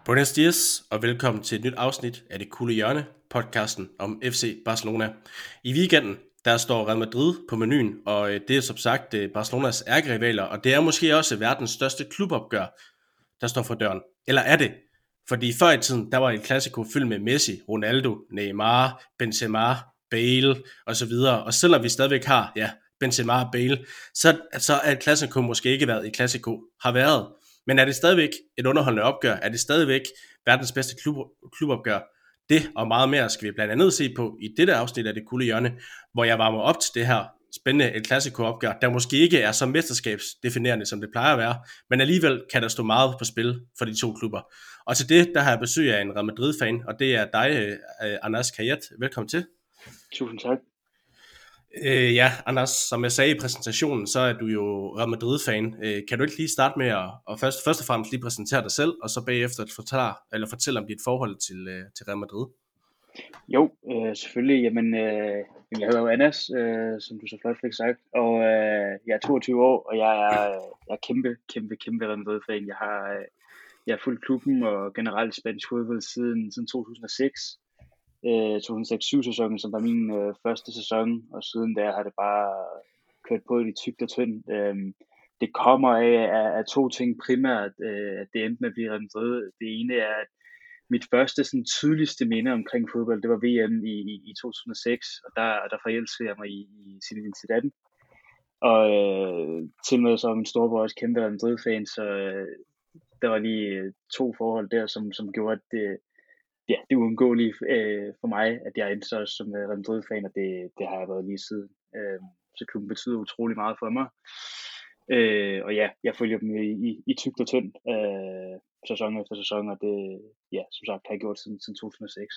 Buenos dias, og velkommen til et nyt afsnit af Det Kulde Hjørne, podcasten om FC Barcelona. I weekenden, der står Real Madrid på menuen, og det er som sagt Barcelonas ærkerivaler, og det er måske også verdens største klubopgør, der står for døren. Eller er det? Fordi før i tiden, der var et klassiko fyldt med Messi, Ronaldo, Neymar, Benzema, Bale osv. Og selvom vi stadigvæk har, Benzema og Bale, så er et klassiko måske ikke været et klassiko, har været. Men er det stadigvæk et underholdende opgør? Er det stadigvæk verdens bedste klubopgør? Det og meget mere skal vi blandt andet se på i dette afsnit af Det Kulde Hjørne, hvor jeg varmer op til det her spændende El Clasico-opgør, der måske ikke er så mesterskabsdefinerende, som det plejer at være, men alligevel kan der stå meget på spil for de to klubber. Og til det, der har jeg besøg af en Real Madrid-fan, og det er dig, Anas Kayet. Velkommen til. Tusind tak. Ja, Anders, som jeg sagde i præsentationen, så er du jo Real Madrid-fan. Kan du ikke lige starte med at først og fremmest lige præsentere dig selv, og så bagefter fortælle om dit forhold til Real Madrid? Jo, selvfølgelig. Jamen, jeg hedder jo Anas, som du så flot fik sagt, og jeg er 22 år, og jeg er kæmpe Real Madrid-fan. Jeg har fulgt klubben og generelt spansk fodbold siden 2006. 2006-7 sæsonen, som var min første sæson, og siden der har det bare kørt på i tykt og tyndt. Det kommer af to ting primært, at det endte med at blive Real Madrid. Det ene er, at mit første sådan tydeligste minde omkring fodbold, det var VM i 2006, og der forelskede jeg mig i Zinedine Zidane. Og til med så min storebror også kæmpe Real Madrid-fan, så der var lige to forhold der, som gjorde, at det er uundgåeligt for mig, at jeg endte så som Real Madrid-fan, og det har jeg været lige siden. Så klubben betyder utrolig meget for mig. Og ja, jeg følger dem i tykt og tyndt, sæson efter sæson, og det, som sagt, har jeg gjort siden 2006.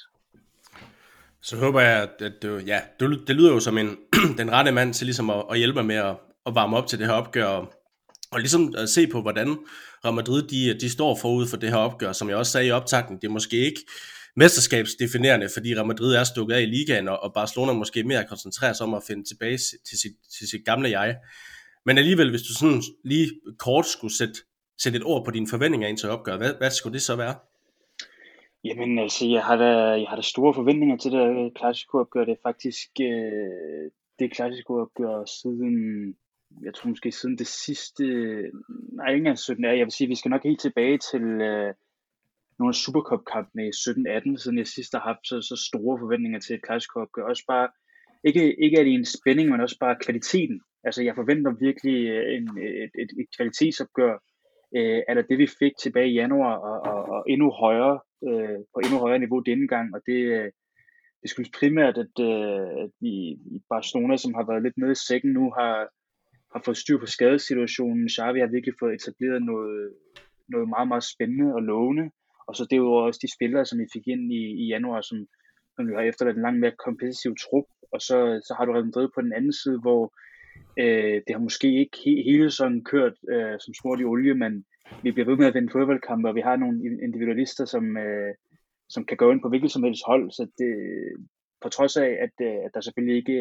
Så håber jeg, at det lyder jo som den rette mand til ligesom at hjælpe mig med at varme op til det her opgør, og ligesom at se på, hvordan Real Madrid de står forud for det her opgør. Som jeg også sagde i optakten, det er måske ikke mesterskabsdefinerende, fordi Real Madrid er stukket af i ligaen, og Barcelona måske mere koncentrerer sig om at finde tilbage til sit gamle jeg. Men alligevel, hvis du sådan lige kort skulle sætte et ord på dine forventninger ind til opgøret, hvad skulle det så være? Jamen altså, jeg har da store forventninger til det Clasico-opgør. Det er faktisk det Clasico-opgør siden, jeg tror måske siden det sidste, nej, ikke engang 17 år. Jeg vil sige, vi skal nok helt tilbage til nogle af Supercup-kampene i 17-18, siden jeg sidst har haft så store forventninger til et Clasico-opgør. Også bare, ikke er det en spænding, men også bare kvaliteten. Altså, jeg forventer virkelig et kvalitetsopgør, eller det vi fik tilbage i januar, og endnu højere, på endnu højere niveau denne gang, og det skyldes primært, at vi i Barcelona, som har været lidt nede i sækken nu, har fået styr på skadesituationen. Xavi har virkelig fået etableret noget meget, meget spændende og lovende, og så derudover også de spillere, som vi fik ind i januar, som vi har efterladt en langt mere kompetitiv trup, og så har du Real Madrid på den anden side, hvor det har måske ikke hele sådan kørt som smurt i olie, men vi bliver ved med at vinde fodboldkampe, og vi har nogle individualister, som kan gå ind på hvilket som helst hold, så det, på trods af, at der selvfølgelig ikke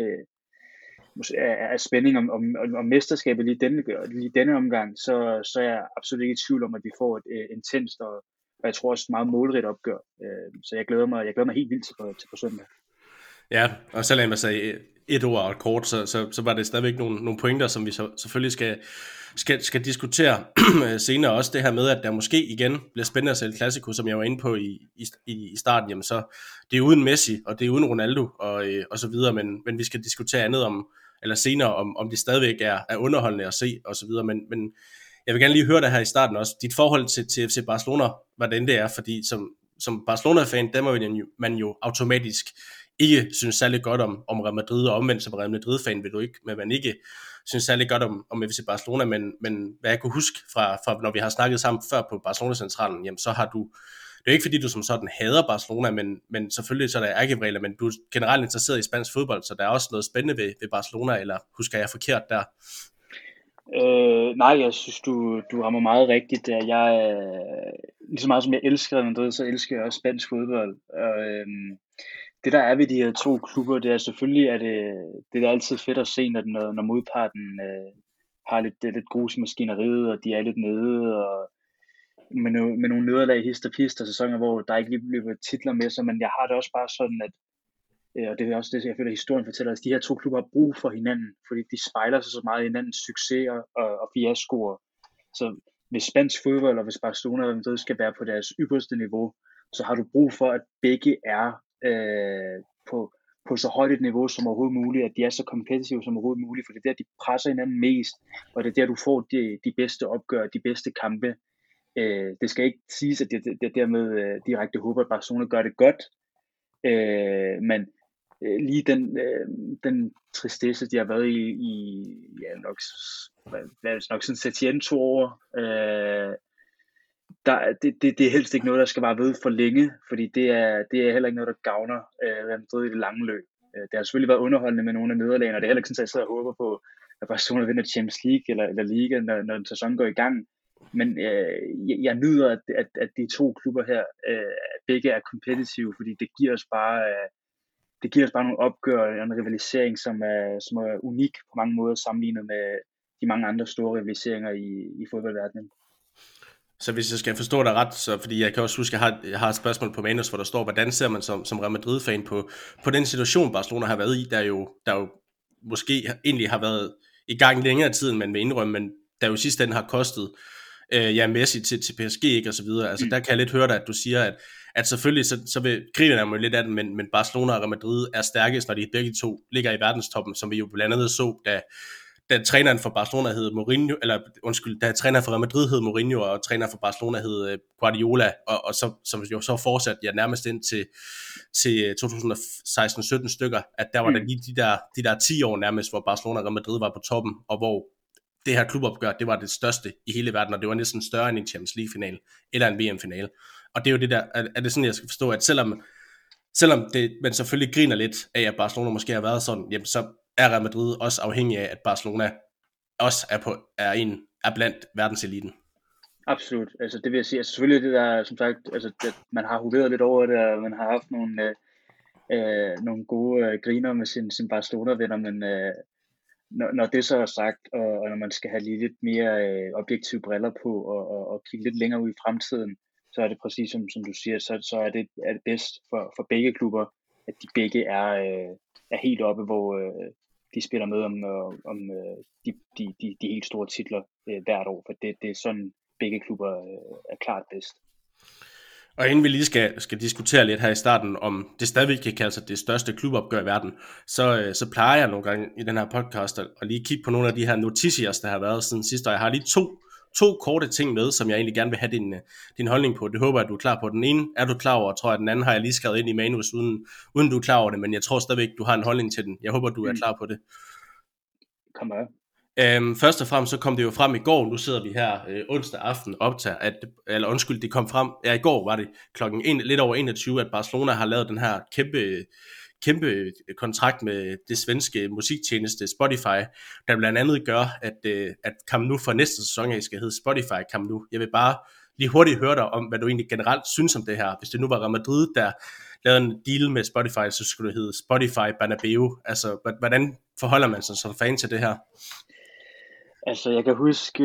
er spænding om mesterskabet lige denne omgang, så er jeg absolut ikke i tvivl om, at vi får et intenst og jeg tror også meget målrigt opgør. Så jeg glæder mig helt vildt til på søndag. Ja, og selvom jeg sagde et ord og et kort, så var det stadigvæk nogle pointer, som vi så selvfølgelig skal diskutere senere. Også det her med, at der måske igen bliver spændende at sælge Clasico, som jeg var inde på i starten. Jamen så, det er uden Messi, og det er uden Ronaldo og så videre, men vi skal diskutere andet eller senere om det stadigvæk er underholdende at se og så videre. Men jeg vil gerne lige høre dig her i starten også. Dit forhold til FC Barcelona, hvordan det er, fordi som Barcelona-fan, der må man jo automatisk ikke synes særlig godt om Real Madrid, og omvendt som Real Madrid-fan vil du ikke, men man ikke synes særlig godt om FC Barcelona, men hvad jeg kunne huske fra når vi har snakket sammen før på Barcelona-centralen, jamen så har du, det er ikke fordi du som sådan hader Barcelona, men selvfølgelig så er der ærkerivaler, men du er generelt interesseret i spansk fodbold, så der er også noget spændende ved Barcelona, eller husker jeg forkert der? Nej, jeg synes, du rammer meget rigtigt der. Lige så meget som jeg elsker Real Madrid, så elsker jeg også spansk fodbold. Og, det der er ved de her to klubber, det er selvfølgelig, at det er altid fedt at se, når modparten har lidt grus i maskineriet, og de er lidt nede, og med nogle nederlag hist og pist, og sæsoner, hvor der ikke lige løber titler med sig, men jeg har det også bare sådan, at og det er også det, jeg føler, at historien fortæller os, de her to klubber har brug for hinanden, fordi de spejler sig så meget i hinandens succeser og fiaskoer. Så hvis spansk fodbold og hvis Barcelona og Madrid skal være på deres ypperste niveau, så har du brug for, at begge er på så højt et niveau som overhovedet muligt, at de er så kompetitive som overhovedet muligt, for det er der, de presser hinanden mest, og det er der, du får de bedste opgør, de bedste kampe. Det skal ikke siges, at det dermed direkte håber, at Barcelona gør det godt, men lige den tristesse, de har været i ja, nok sådan Setien 2 år, det er helst ikke noget, der skal bare ved for længe, fordi det er heller ikke noget, der gavner Real Madrid i det lange løb. Det har selvfølgelig været underholdende med nogle af nederlagene, og det er heller ikke sådan, at jeg sidder og håber på, at Barcelona vinder Champions League eller Liga, når den sæson går i gang. Men jeg nyder, at de to klubber her begge er kompetitive, fordi det giver os bare nogle opgør og en rivalisering, som er unik på mange måder sammenlignet med de mange andre store rivaliseringer i fodboldverdenen. Så hvis jeg skal forstå dig ret, så fordi jeg kan også huske, at jeg har et spørgsmål på manus, hvor der står, hvordan ser man som Real Madrid-fan på den situation, Barcelona har været i, der jo måske egentlig har været i gang længere tid, end man vil indrømme, men der jo sidst den har kostet Messi til PSG, ikke, og så videre. Altså der kan jeg lidt høre dig, at du siger, at selvfølgelig så vil griner man lidt af den, men Barcelona og Real Madrid er stærkest, når de begge to ligger i verdenstoppen, som vi jo blandt andet så, da træneren for Barcelona hed Mourinho, da træneren for Real Madrid hed Mourinho, og træneren for Barcelona hed Guardiola, og så, som jo så fortsatte nærmest ind til 2016-17 stykker, at der var der lige de der 10 år nærmest, hvor Barcelona og Real Madrid var på toppen, og hvor det her klubopgør, det var det største i hele verden, og det var næsten større end en Champions League-final, eller en VM-final. Og det er jo det der, er det sådan, jeg skal forstå, at selvom man selvfølgelig griner lidt af, at Barcelona måske har været sådan, jamen så er Real Madrid også afhængig af, at Barcelona også er blandt verdenseliten. Absolut. Altså det vil jeg sige, altså selvfølgelig det der, som sagt, altså man har hureret lidt over det, og man har haft nogle gode griner med sin Barcelona-venner, men når det så er sagt, og når man skal have lidt mere objektive briller på og kigge lidt længere ud i fremtiden, så er det præcis som du siger, så er det bedst for begge klubber, at de begge er helt oppe, hvor de spiller med om de helt store titler hvert år, for det er sådan begge klubber er klart bedst. Og inden vi lige skal diskutere lidt her i starten, om det stadigvæk kan kalde sig det største klubopgør i verden, så plejer jeg nogle gange i den her podcast at lige kigge på nogle af de her noticiers, der har været siden sidste år. Jeg har lige to korte ting med, som jeg egentlig gerne vil have din holdning på. Det håber jeg, at du er klar på. Den ene er du klar over, tror jeg, den anden har jeg lige skrevet ind i manus, uden du er klar over det, men jeg tror stadigvæk, du har en holdning til den. Jeg håber, du er klar på det. Kom med. Først og fremmest så kom det jo frem i går. Nu sidder vi her onsdag aften optager, det kom frem, i går var det lidt over 21, at Barcelona har lavet den her kæmpe kontrakt med det svenske musiktjeneste Spotify, der blandt andet gør, at Camp Nou for næste sæson skal hedde Spotify Camp Nou. Jeg vil bare lige hurtigt høre dig om, hvad du egentlig generelt synes om det her. Hvis det nu var Real Madrid, der lavede en deal med Spotify, så skulle det hedde Spotify Bernabeu. Altså, hvordan forholder man sig som fan til det her? Altså, jeg kan huske,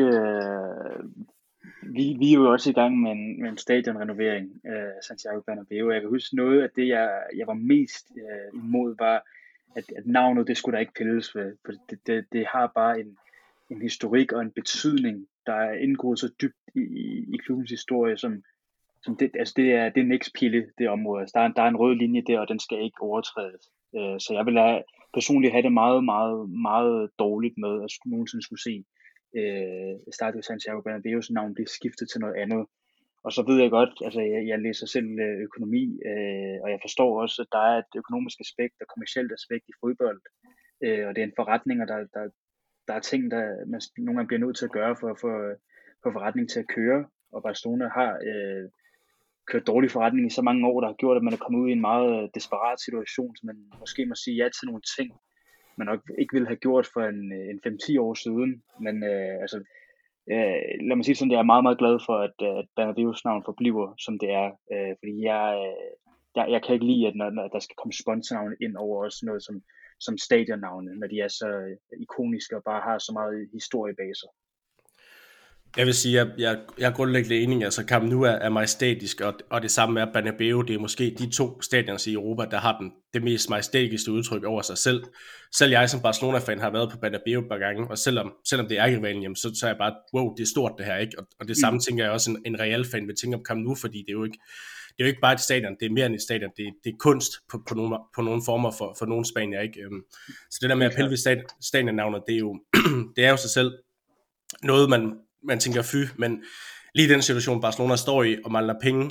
vi er jo også i gang med en stadionrenovering af Santiago Bernabeu. Jeg kan huske noget af det, jeg var mest imod, var, at navnet, det skulle der ikke pilles ved. For det har bare en historik og en betydning, der er indgået så dybt i klubbens historie, som det, altså det er en ekspille, det område. Altså der er en rød linje der, og den skal ikke overtrædes. Så jeg vil personligt have det meget, meget, meget dårligt med, at nogensinde skulle se Stadio Santiago Bernabeu's navn blive skiftet til noget andet. Og så ved jeg godt, altså jeg læser selv økonomi, og jeg forstår også, at der er et økonomisk aspekt og kommercielt aspekt i fodbold, og det er en forretning, og der er ting, der man nogle gange bliver nødt til at gøre for at få forretning til at køre, og Barcelona har kørt dårlig forretning i så mange år, der har gjort, at man er kommet ud i en meget desperat situation, så man måske må sige ja til nogle ting, man nok ikke ville have gjort for en 5-10 år siden. Men lad mig sige sådan, jeg er meget, meget glad for, at Bernabeu's navn forbliver, som det er. Fordi jeg kan ikke lide, at når der skal komme sponsornavne ind over også noget som stadionnavne, når de er så ikoniske og bare har så meget historie bag sig. Jeg vil sige, at jeg er grundlæggende enig. Altså Camp Nou er majestætisk, og det samme er Bernabeu. Det er måske de to stadioner i Europa, der har det mest majestætiske udtryk over sig selv. Selv jeg som Barcelona-fan har været på Bernabeu et par gange, og selvom det er rivalen, jamen, så er jeg bare, wow, det er stort det her, ikke? Og det samme tænker jeg også en Real-fan vil tænke om Camp Nou, fordi det er jo ikke bare et stadion, det er mere end et stadion, det er kunst på nogle former for nogle spanier, ikke? Så det der med at pille ved stadionnavnet, det er jo sig selv noget, man tænker men lige i den situation, Barcelona står i og mangler penge,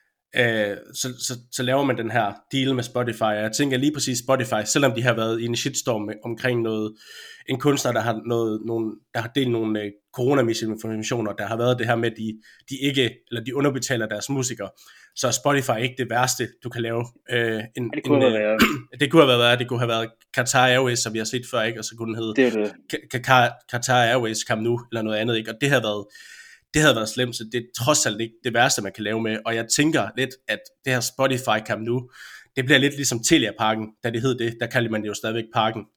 så laver man den her deal med Spotify, og jeg tænker lige præcis Spotify, selvom de har været i en shitstorm omkring en kunstner, der har delt nogle coronamisinformationer, der har været det her med, at de underbetaler deres musikere, så er Spotify ikke det værste, du kan lave. Det kunne have været. Det kunne have været Qatar Airways, som vi har set før, ikke? Og så kunne den hedde Qatar Airways Camp Nou, eller noget andet, ikke? Og det havde været slemt, så det er trods alt ikke det værste, man kan lave med. Og jeg tænker lidt, at det her Spotify Camp Nou, det bliver lidt ligesom Telia-parken, da det hed det, der kalder man det jo stadigvæk parken.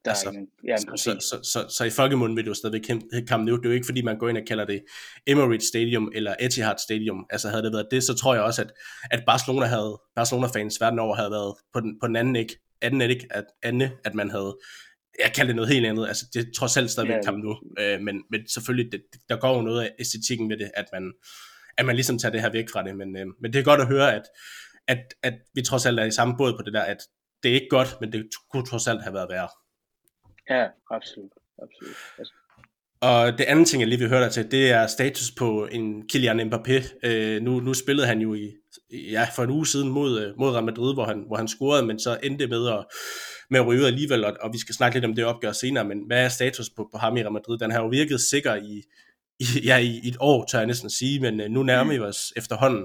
Så i folkemunden vil det jo stadigvæk Camp Nou. Det er jo ikke fordi, man går ind og kalder det Emirates Stadium eller Etihad Stadium. Altså havde det været det, så tror jeg også, at Barcelona-fans verden over havde været på den anden at man havde jeg kalder det noget helt andet, altså det er trods alt stadigvæk Camp Nou, men selvfølgelig, der går jo noget af æstetikken ved det, at man ligesom tager det her væk fra det, men det er godt at høre, at vi trods alt er i samme båd på det der, at det er ikke godt, men det kunne trods alt have været værre. Ja, absolut. Altså. Og det andet ting, jeg lige vil høre dig til, det er status på en Kylian Mbappé. Nu spillede han jo for en uge siden mod Real Madrid, hvor han scorede, men så endte med at ryge ud alligevel, og vi skal snakke lidt om det opgør senere, men hvad er status på ham i Real Madrid? Den har jo virket sikker i et år, tør jeg næsten sige, men nu nærmer vi os efterhånden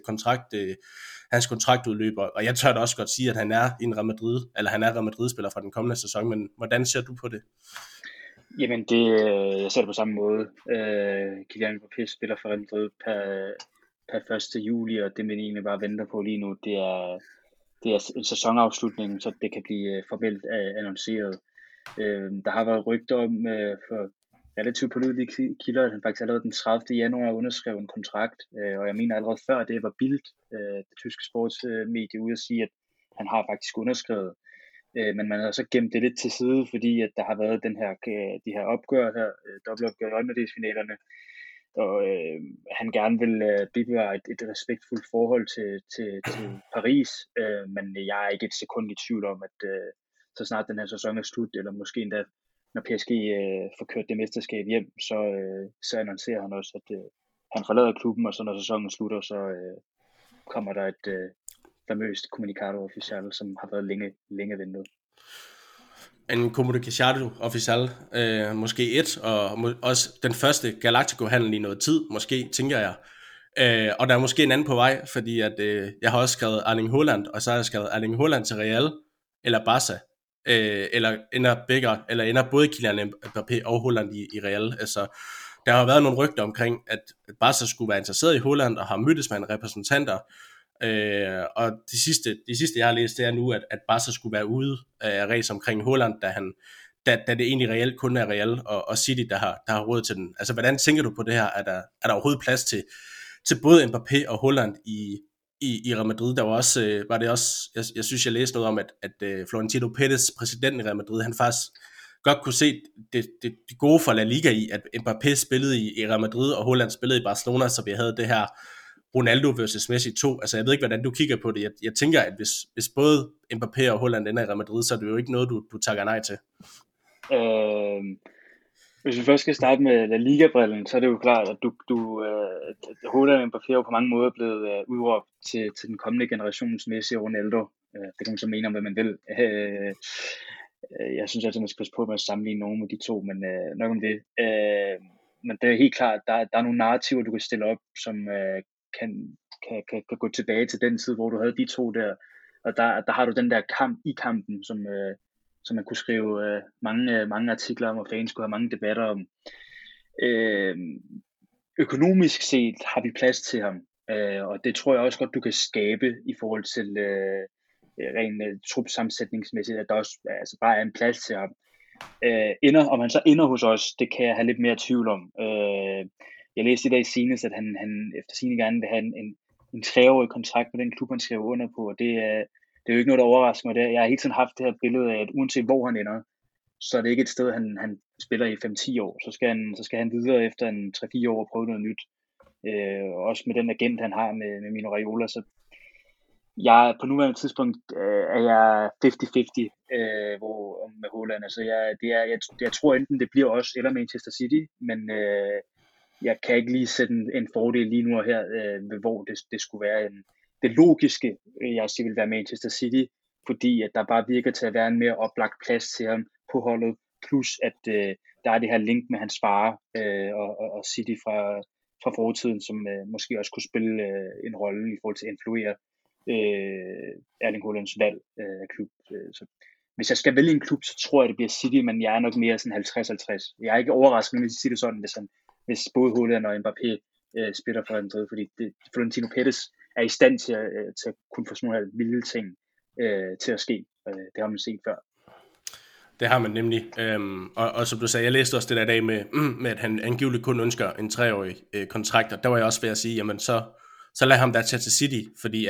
hans kontraktudløber, og jeg tør da også godt sige, at han er Real Madrid-spiller fra den kommende sæson, men hvordan ser du på det? Jamen, jeg ser det på samme måde. Kylian Mbappé spiller for Real Madrid per 1. juli, og det man egentlig bare venter på lige nu, det er en sæsonafslutning, så det kan blive formelt annonceret. Der har været rygter om for relativt pålidelige kilder, at han faktisk allerede den 30. januar underskrev en kontrakt, og jeg mener allerede før det var Bild, det tyske sportsmedie, ude at sige, at han har faktisk underskrevet. Men man har så gemt det lidt til side, fordi at der har været de her opgør her, dobbeltopgør i åndedelsfinalerne, og han gerne vil bibevare et respektfuldt forhold til Paris, men jeg er ikke et sekund i tvivl om, at så snart den her sæson er slut, eller måske endda når PSG får kørt det mesterskab hjem, så annoncerer han også, at han forlader klubben, og så når sæsonen slutter, så kommer der et famøst kommunikato official, som har været længe ventet. En kommunikato official, måske og også den første Galactico-handel i noget tid, måske, tænker jeg. Og der er måske en anden på vej, fordi at, jeg har også skrevet Erling Haaland, og så har jeg skrevet Erling Haaland til Real, eller Barca, eller ender både Kylian Mbappé og Haaland i Real. Altså, der har været nogle rygter omkring, at Barca skulle være interesseret i Haaland, og har mødtes med repræsentanter, og det sidste jeg har læst, det er nu, at Barca skulle være ude af race omkring Haaland, da det egentlig reelt kun er Real og City, der har råd til den. Altså, hvordan tænker du på det her? Er der overhovedet plads til både Mbappé og Haaland i Real Madrid? Der var det også, jeg synes, jeg læste noget om, at Florentino Pérez, præsidenten i Real Madrid, han faktisk godt kunne se det gode for La Liga i, at Mbappé spillede i Real Madrid, og Haaland spillede i Barcelona, så vi havde det her Ronaldo versus Messi 2. Altså, jeg ved ikke, hvordan du kigger på det. Jeg tænker, at hvis både Mbappé og Haaland ender i Real Madrid, så er det jo ikke noget, du takker nej til. Hvis vi først skal starte med La Liga-brillen, så er det jo klart, at Haaland og Mbappé er på mange måder blevet udråbt til den kommende generations Messi og Ronaldo. Det kan man så mene om, hvad man vil. Jeg synes altid, man skal passe på med at sammenligne nogen med de to, men nok om det. Men det er helt klart, der er nogle narrativer, du kan stille op, som kan gå tilbage til den tid, hvor du havde de to der. Og der har du den der kamp i kampen, som man kunne skrive mange artikler om, og fans kunne have mange debatter om. Økonomisk set har vi plads til ham, og det tror jeg også godt, du kan skabe i forhold til ren trupsammensætningsmæssigt, at der også bare er en plads til ham. Om han så ender hos os, det kan jeg have lidt mere tvivl om. jeg læste i dag senest, at han efter sigende gerne vil have en 3-årig kontrakt med den klub, han skrev under på, og det er jo ikke noget, der overrasker mig. Jeg har hele tiden haft det her billede af, at uanset hvor han ender, så er det ikke et sted, han spiller i 5-10 år. Så skal han videre efter en 3-4 år og prøve noget nyt. Også med den agent, han har med Mino Raiola. Så jeg, på nuværende tidspunkt er jeg 50-50 med Haaland. Altså jeg tror enten det bliver os eller Manchester City, men jeg kan ikke lige sætte en fordel lige nu og her, ved hvor det skulle være. Det logiske, jeg siger, vil være Manchester City, fordi at der bare virker til at være en mere oplagt plads til ham på holdet, plus at der er det her link med hans far og City fra fortiden, som måske også kunne spille en rolle i forhold til at influere Erling Haalands valg af klub. Så hvis jeg skal vælge en klub, så tror jeg, det bliver City, men jeg er nok mere sådan 50-50. Jeg er ikke overrasket, hvis jeg siger det sådan, hvis både Haaland og Mbappé spiller for Madrid, fordi Florentino Pérez er i stand til at kunne få sådan nogle her vilde ting til at ske. Det har man set før. Det har man nemlig. Og som du sagde, jeg læste også det der dag med at han angiveligt kun ønsker en 3-årig kontrakt, og der var jeg også ved at sige, jamen så lad ham der tage til City, fordi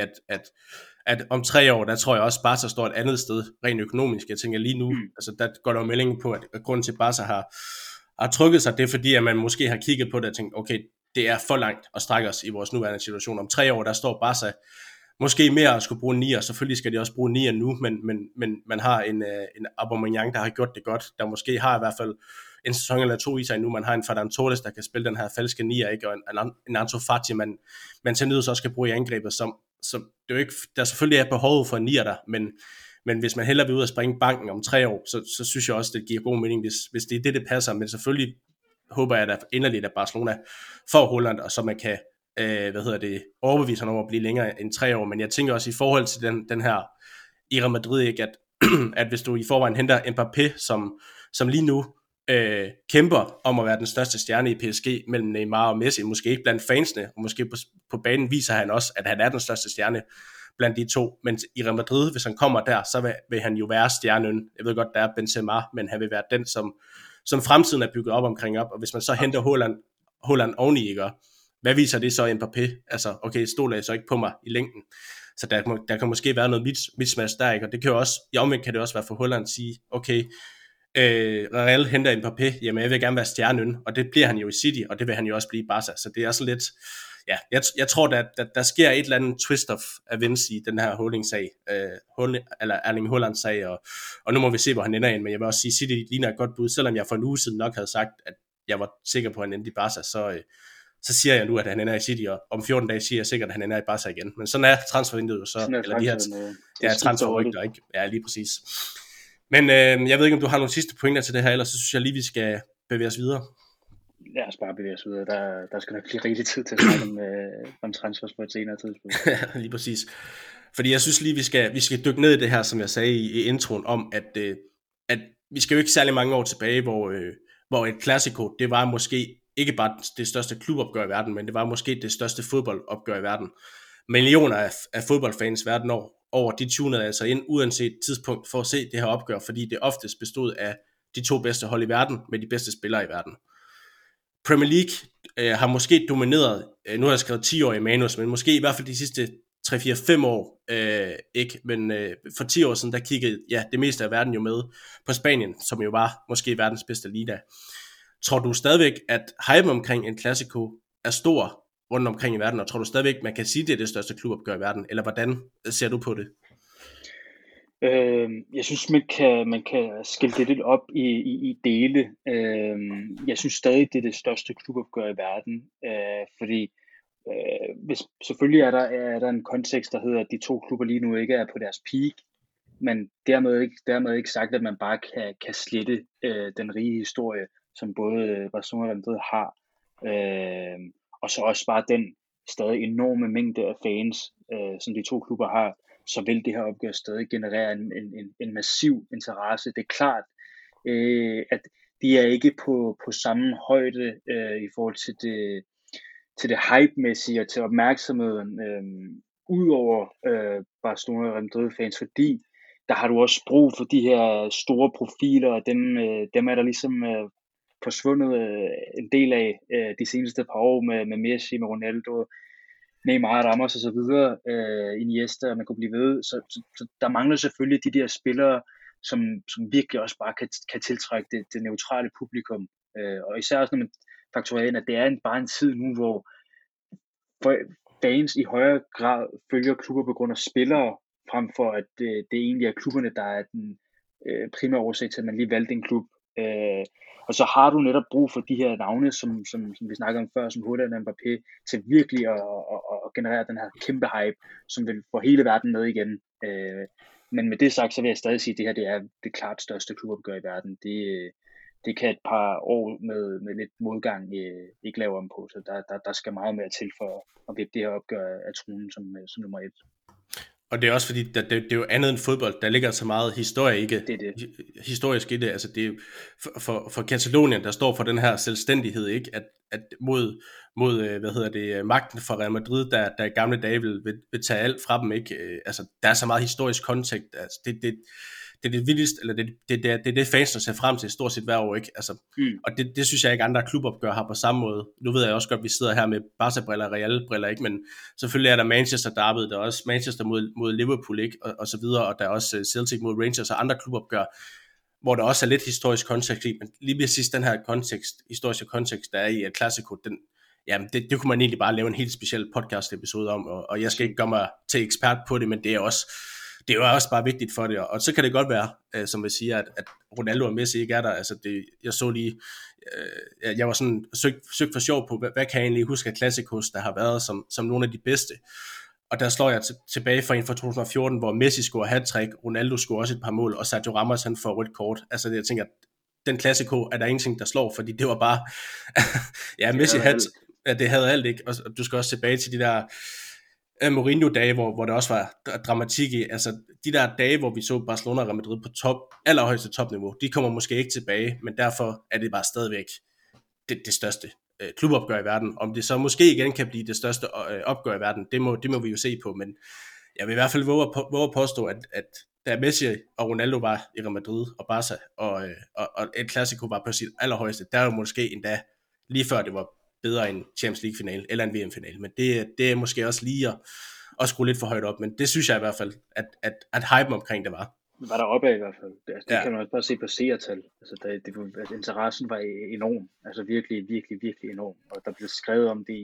at om 3 år, der tror jeg også, Barca står et andet sted, rent økonomisk. Jeg tænker lige nu, altså der går der jo meldingen på, at grunden til, Barca har trykket sig, det er fordi, at man måske har kigget på det og tænkt, okay, det er for langt at strække os i vores nuværende situation. Om 3 år, der står Barca måske mere at skulle bruge 9'er. Selvfølgelig skal de også bruge 9'er nu, men man har en Aubameyang, der har gjort det godt, der måske har i hvert fald en sæson eller 2 i sig nu. Man har en Ferran Torres, der kan spille den her falske 9'er, ikke? Og en Ansu Fati, man til nøds også skal bruge i angrebet. Så det er jo ikke, der selvfølgelig er behovet for en 9'er der, men hvis man hellere vil ud og springe banken om 3 år, så synes jeg også, det giver god mening, hvis det er det passer. Men selvfølgelig håber jeg da inderligt, at Barcelona får Haaland, og så man kan overbevise ham over at blive længere end 3 år. Men jeg tænker også i forhold til den her i Real Madrid, ikke, at hvis du i forvejen henter Mbappé, som lige nu kæmper om at være den største stjerne i PSG mellem Neymar og Messi, måske ikke blandt fansene, og måske på banen viser han også, at han er den største stjerne blandt de to, men i Real Madrid, hvis han kommer der, så vil han jo være stjernen. Jeg ved godt, der er Benzema, men han vil være den, som fremtiden er bygget op omkring op, og hvis man så henter Haaland oveni, ikke? Hvad viser det så Mbappé? Altså, okay, stoler jeg så ikke på mig i længden. Så der kan måske være noget mismatch der, ikke? Og det kan jo også, i omvendt kan det også være for Haaland at sige, okay, Real henter Mbappé, jamen jeg vil gerne være stjernen, og det bliver han jo i City, og det vil han jo også blive i Barca. Så det er sådan lidt, ja, jeg tror, der sker et eller andet twist of events i den her Haaland-sag, eller Erling Haaland-sag, og nu må vi se, hvor han ender ind, men jeg vil også sige, City ligner et godt bud, selvom jeg for en uge siden nok havde sagt, at jeg var sikker på, at han endte i Barca, så siger jeg nu, at han ender i City, og om 14 dage siger jeg sikkert, at han ender i Barca igen. Men sådan er transfervinduet jo så, eller de her transferrygter, ikke? Ja, lige præcis. Men jeg ved ikke, om du har nogle sidste pointer til det her, ellers så synes jeg lige, vi skal bevæge os videre. Lad os bare bevæge os videre. Der skal nok blive rigtig tid til at snakke om transfers på et senere tidspunkt. Ja, lige præcis. Fordi jeg synes lige, vi skal dykke ned i det her, som jeg sagde i introen, om at vi skal jo ikke særlig mange år tilbage, hvor et Clasico, det var måske ikke bare det største klubopgør i verden, men det var måske det største fodboldopgør i verden. Millioner af fodboldfans verden over, de tunede altså ind uanset tidspunkt for at se det her opgør, fordi det oftest bestod af de 2 bedste hold i verden med de bedste spillere i verden. Premier League har måske domineret, nu har jeg skrevet 10 år i manus, men måske i hvert fald de sidste 3-4-5 år ikke, men for 10 år siden, der kiggede det meste af verden jo med på Spanien, som jo var måske verdens bedste liga. Tror du stadigvæk, at hype omkring en Clasico er stor rundt omkring i verden, og tror du stadigvæk, man kan sige, det er det største klubopgør i verden, eller hvordan ser du på det? Jeg synes, man kan skille det lidt op i dele. Jeg synes stadig, det er det største klubopgør i verden, fordi selvfølgelig er der en kontekst, der hedder, at de 2 klubber lige nu ikke er på deres peak, men dermed ikke sagt, at man bare kan slette den rige historie, som både Barcelona og Madrid har, og så også bare den stadig enorme mængde af fans, som de 2 klubber har, så vil det her opgør stadig generere en massiv interesse. Det er klart, at de er ikke på samme højde i forhold til det hype-mæssige og til opmærksomheden udover Barcelona og Madrid-fans, fordi der har du også brug for de her store profiler, og dem er der ligesom forsvundet en del af de seneste par år med Messi, med Ronaldo, Neymar, Ramos og så videre, Iniesta, og man kunne blive ved. Så der mangler selvfølgelig de der spillere, som virkelig også bare kan tiltrække det neutrale publikum. Og især også, når man fakturerer ind, at det er bare en tid nu, hvor fans i højere grad følger klubber på grund af spillere, frem for at det egentlig er klubberne, der er den primære årsag til, at man lige valgte en klub. Og så har du netop brug for de her navne, som vi snakkede om før, som Haaland og Mbappé, til virkelig at generere den her kæmpe hype, som vil få hele verden med igen. Men med det sagt, så vil jeg stadig sige, at det her det er det klart største klubopgør i verden. Det kan et par år med lidt modgang ikke lave om på, så der skal meget mere til for at vippe det her opgør af tronen som nummer 1. Og det er også fordi, det er jo andet end fodbold. Der ligger så meget historie historisk i det. Altså det er for Katalonien, der står for den her selvstændighed, ikke? At mod magten for Real Madrid, der i gamle dage vil tage alt fra dem, ikke? Altså der er så meget historisk kontekst. Altså det er det vildeste, eller det er det fansene ser frem til stort set hver år, ikke? Altså, og det synes jeg ikke andre klubopgør har på samme måde. Nu ved jeg også godt, at vi sidder her med Barca-briller og Real-briller, ikke? Men selvfølgelig er der Manchester derby, der er også Manchester mod Liverpool, ikke? Og så videre, og der er også Celtic mod Rangers og andre klubopgør, hvor der også er lidt historisk kontekst i, men lige præcis den her historiske kontekst, der er i El Clasico, det kunne man egentlig bare lave en helt speciel podcast-episode om, og jeg skal ikke gøre mig til ekspert på det, men det er jo også bare vigtigt for det, og så kan det godt være, som jeg siger, at Ronaldo og Messi ikke er der. Altså jeg så lige, jeg var sådan søgt for sjov på, hvad kan jeg egentlig huske af Classicos, der har været som nogle af de bedste. Og der slår jeg tilbage fra en fra 2014, hvor Messi scorer hat-trick, Ronaldo scorer også et par mål, og Sergio Ramos han får rødt kort. Altså jeg tænker, den Classico er der ingenting, der slår, fordi det var bare, Messi det havde alt, ikke? Og du skal også tilbage til de der Mourinho-dage, hvor der også var dramatik i, altså de der dage, hvor vi så Barcelona og Real Madrid på allerhøjeste topniveau, de kommer måske ikke tilbage, men derfor er det bare stadigvæk det største klubopgør i verden. Om det så måske igen kan blive det største opgør i verden, det må vi jo se på, men jeg vil i hvert fald våge at påstå, at da Messi og Ronaldo var i Real Madrid og Barca, og et Clasico var på sit allerhøjeste, der er jo måske endda lige før det var bedre end Champions League-finale eller en VM-finale, men det er måske også lige at skrue lidt for højt op, men det synes jeg i hvert fald, at hypen omkring det var. Var der oppe i hvert fald. Det kan man også bare se på seertal. Altså, interessen var enorm. Altså virkelig, virkelig, virkelig enorm. Og der blev skrevet om det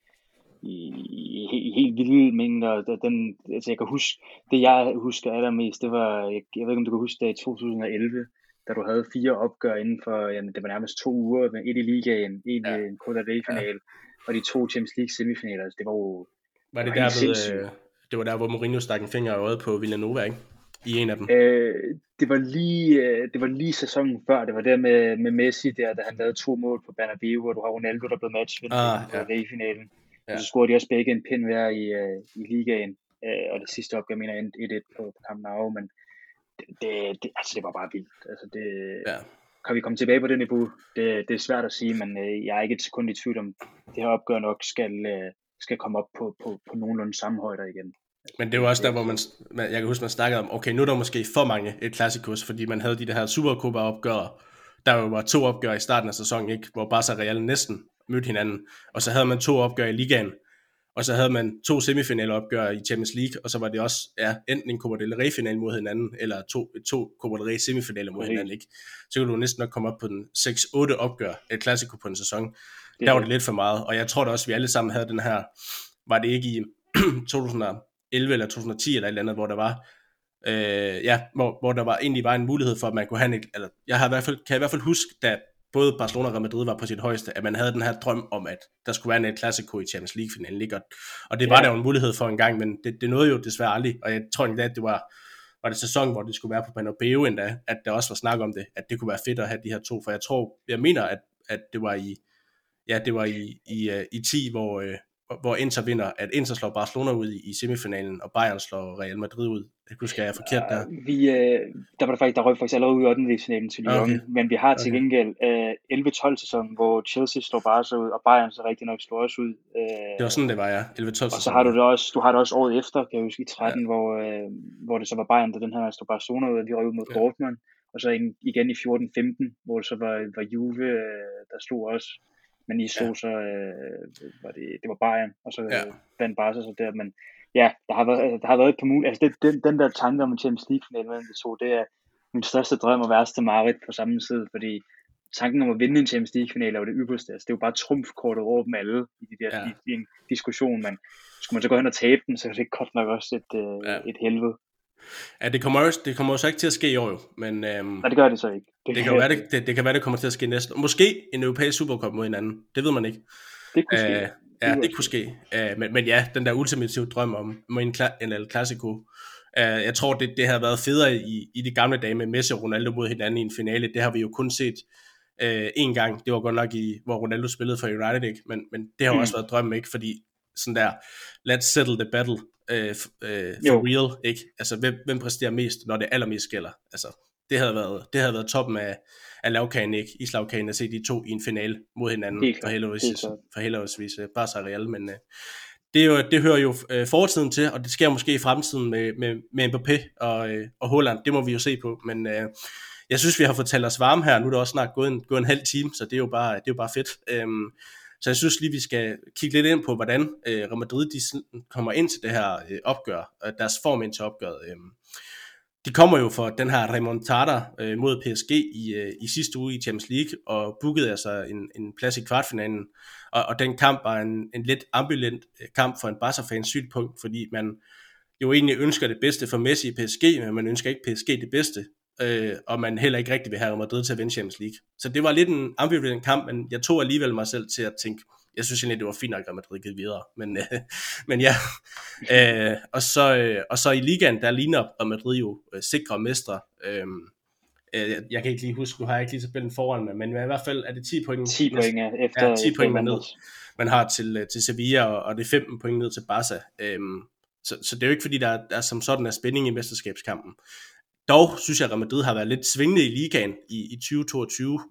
i helt vilde mængder. Altså jeg kan huske, det jeg husker allermest, det var, jeg ved ikke om du kan huske det i 2011, da du havde 4 opgør inden for, det var nærmest 2 uger, med et i ligaen, et i en Copa del Rey-finale, og de 2 Champions League-semifinaler. Altså, det var jo... Var det det var der, hvor Mourinho stak en finger i øjet på Villanova, ikke? I en af dem. Det var lige sæsonen før. Det var der med Messi der, da han lavede 2 mål på Bernabeu, hvor du har Ronaldo, der blev matchvinder på Rey-finalen. Ja. Og så scorede de også begge en pind hver i ligaen. Og det sidste opgør, mener jeg, 1-1 på Camp Nou, men det var bare vildt. Altså kan vi komme tilbage på det niveau? Det er svært at sige, men jeg er ikke et sekund i tvivl om, det her opgør nok skal komme op på nogenlunde samme højder igen. Men det var også der, hvor jeg kan huske, man snakkede om, okay, nu er der måske for mange et Classicos, fordi man havde de her Supercopa-opgør, der jo var 2 opgør i starten af sæsonen, ikke? Hvor Barca og Real næsten mødte hinanden, og så havde man 2 opgør i ligaen, og så havde man 2 semifinaleopgør i Champions League, og så var det også enten en Copa del Rey-finale mod hinanden, eller to Copa del Rey-semifinaler mod hinanden, ikke? Så kunne du næsten nok komme op på den 6-8 opgør, et Classico på en sæson. Der var det lidt for meget, og jeg tror da også, vi alle sammen havde den her, var det ikke i 2011 eller 2010 eller et eller andet, hvor der var, hvor der egentlig var en mulighed for, at man kunne have en, eller kan i hvert fald huske, da både Barcelona og Real Madrid var på sit højeste, at man havde den her drøm om, at der skulle være en Clasico i Champions League-finalen, ikke? Og det var der jo en mulighed for en gang, men det nåede jo desværre aldrig, og jeg tror endda, at det var det sæson, hvor det skulle være på Bernabeu endda, at der også var snak om det, at det kunne være fedt at have de her 2, for jeg mener, at det var i 10, hvor Inter vinder, at Inter slår Barcelona ud i semifinalen, og Bayern slår Real Madrid ud. Jeg kunne huske, jeg er forkert der. Der røg faktisk allerede ud i 8. finalen til Lyon, okay. Men vi har til gengæld 11-12 sæsonen, hvor Chelsea slår Barca ud, og Bayern så rigtig nok slår os ud. Det var sådan, det var, ja. 11-12 sæsonen. Og så har du har det også året efter, kan jeg huske, i 13, hvor det så var Bayern, der den her slår Barcelona ud, og de røg ud mod Dortmund. og så igen i 14-15, hvor det så var Juve, der slog også, men I slog så, det var Bayern, og så vandt Barca så der, men ja, der har været et par muligheder, altså den der tanke om en Champions League-finale mellem de to, det er min største drøm og værste mareridt på samme tid, fordi tanken om at vinde en Champions League-finale er jo det ypperste. Altså, det er jo bare trumfkortet over dem alle i en diskussion, men skulle man så gå hen og tabe den, så er det godt nok også et helvede. Ja, det kommer jo så ikke til at ske i år, jo. Men, nej, det gør det så ikke. Det kan være, det kommer til at ske næste. Måske en europæisk Supercup mod hinanden. Det ved man ikke. Det kunne ske. Det kunne ske. Men ja, den der ultimative drøm om en El Clasico. Jeg tror, det har været federe i de gamle dage med Messi og Ronaldo mod hinanden i en finale. Det har vi jo kun set en gang. Det var godt nok hvor Ronaldo spillede for United, ikke? Men det har også været drømmen, ikke? Fordi sådan der, let's settle the battle for real, ikke? Altså, hvem præsterer mest, når det allermest gælder? Altså, det havde været toppen af lavkagen, ikke? Islagkagen at se de to i en finale mod hinanden for heldigvis Barca og Real, men det hører jo fortiden til, og det sker måske i fremtiden med Mbappé og Haaland. Det må vi jo se på, men jeg synes, vi har fået talt os varme her. Nu er det også snart gået en halv time, så det er jo bare fedt. Så jeg synes lige, vi skal kigge lidt ind på, hvordan Real Madrid de kommer ind til det her opgør, deres form ind til opgøret. De kommer jo for den her remontada mod PSG i sidste uge i Champions League, og bookede altså en plads i kvartfinalen. Og den kamp var en lidt ambivalent kamp for en Barca-fans synspunkt, fordi man jo egentlig ønsker det bedste for Messi i PSG, men man ønsker ikke PSG det bedste, og man heller ikke rigtig vil have Real Madrid til at vinde Champions League. Så det var lidt en ambivalent kamp, men jeg tog alligevel mig selv til at tænke, jeg synes egentlig, det var fint nok, at Real Madrid gik videre, men ja. Og så i ligaen, der ligner Real Madrid jo sikre mestre. Jeg kan ikke lige huske, nu har jeg ikke lige tabellen foran mig, men i hvert fald er det 10 point. 10 point efter 10 point man har til Sevilla, og det er 15 point ned til Barca. Så det er jo ikke fordi, der er som sådan er spænding i mesterskabskampen. Dog synes jeg, at Real Madrid har været lidt svingende i ligaen i 2022.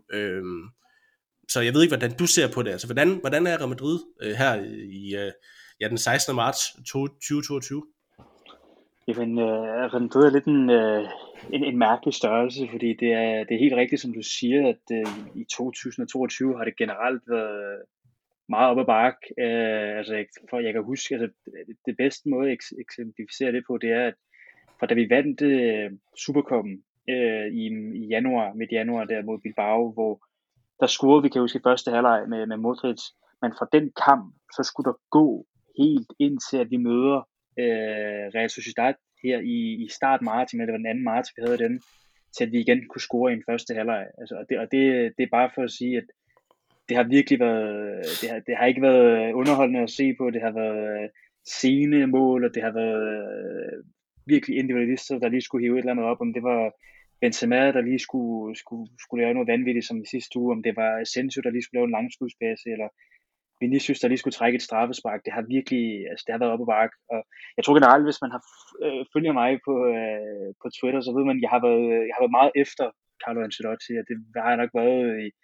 Så jeg ved ikke, hvordan du ser på det. Altså, hvordan er Real Madrid her i den 16. marts 2022? Jamen, Real Madrid er lidt en mærkelig størrelse, fordi det er helt rigtigt, som du siger, at i 2022 har det generelt været meget op ad bakke. Altså, for jeg kan huske, altså, det bedste måde at eksemplificere det på, det er, at for da vi vandt Supercuppen i januar, midt januar der mod Bilbao, hvor der scorede vi, kan huske, i første halvleg med Modric, men fra den kamp, så skulle der gå helt ind til, at vi møder Real Sociedad her i start marts, men det var den 2. marts, vi havde den, til at vi igen kunne score i en første halvleg. Altså, og det er bare for at sige, at det har virkelig været, det har ikke været underholdende at se på, det har været sene mål, og det har været virkelig individualister, der lige skulle hive et eller andet op, om det var Benzema, der lige skulle lave noget vanvittigt som i sidste uge, om det var Asensio, der lige skulle lave en langskudspasse, eller Vinicius, der lige skulle trække et straffespark. Det har virkelig, altså det har været op ad bakke, og jeg tror generelt, hvis man har følger mig på Twitter, så ved man, at jeg har været meget efter Carlo Ancelotti, og det har jeg nok været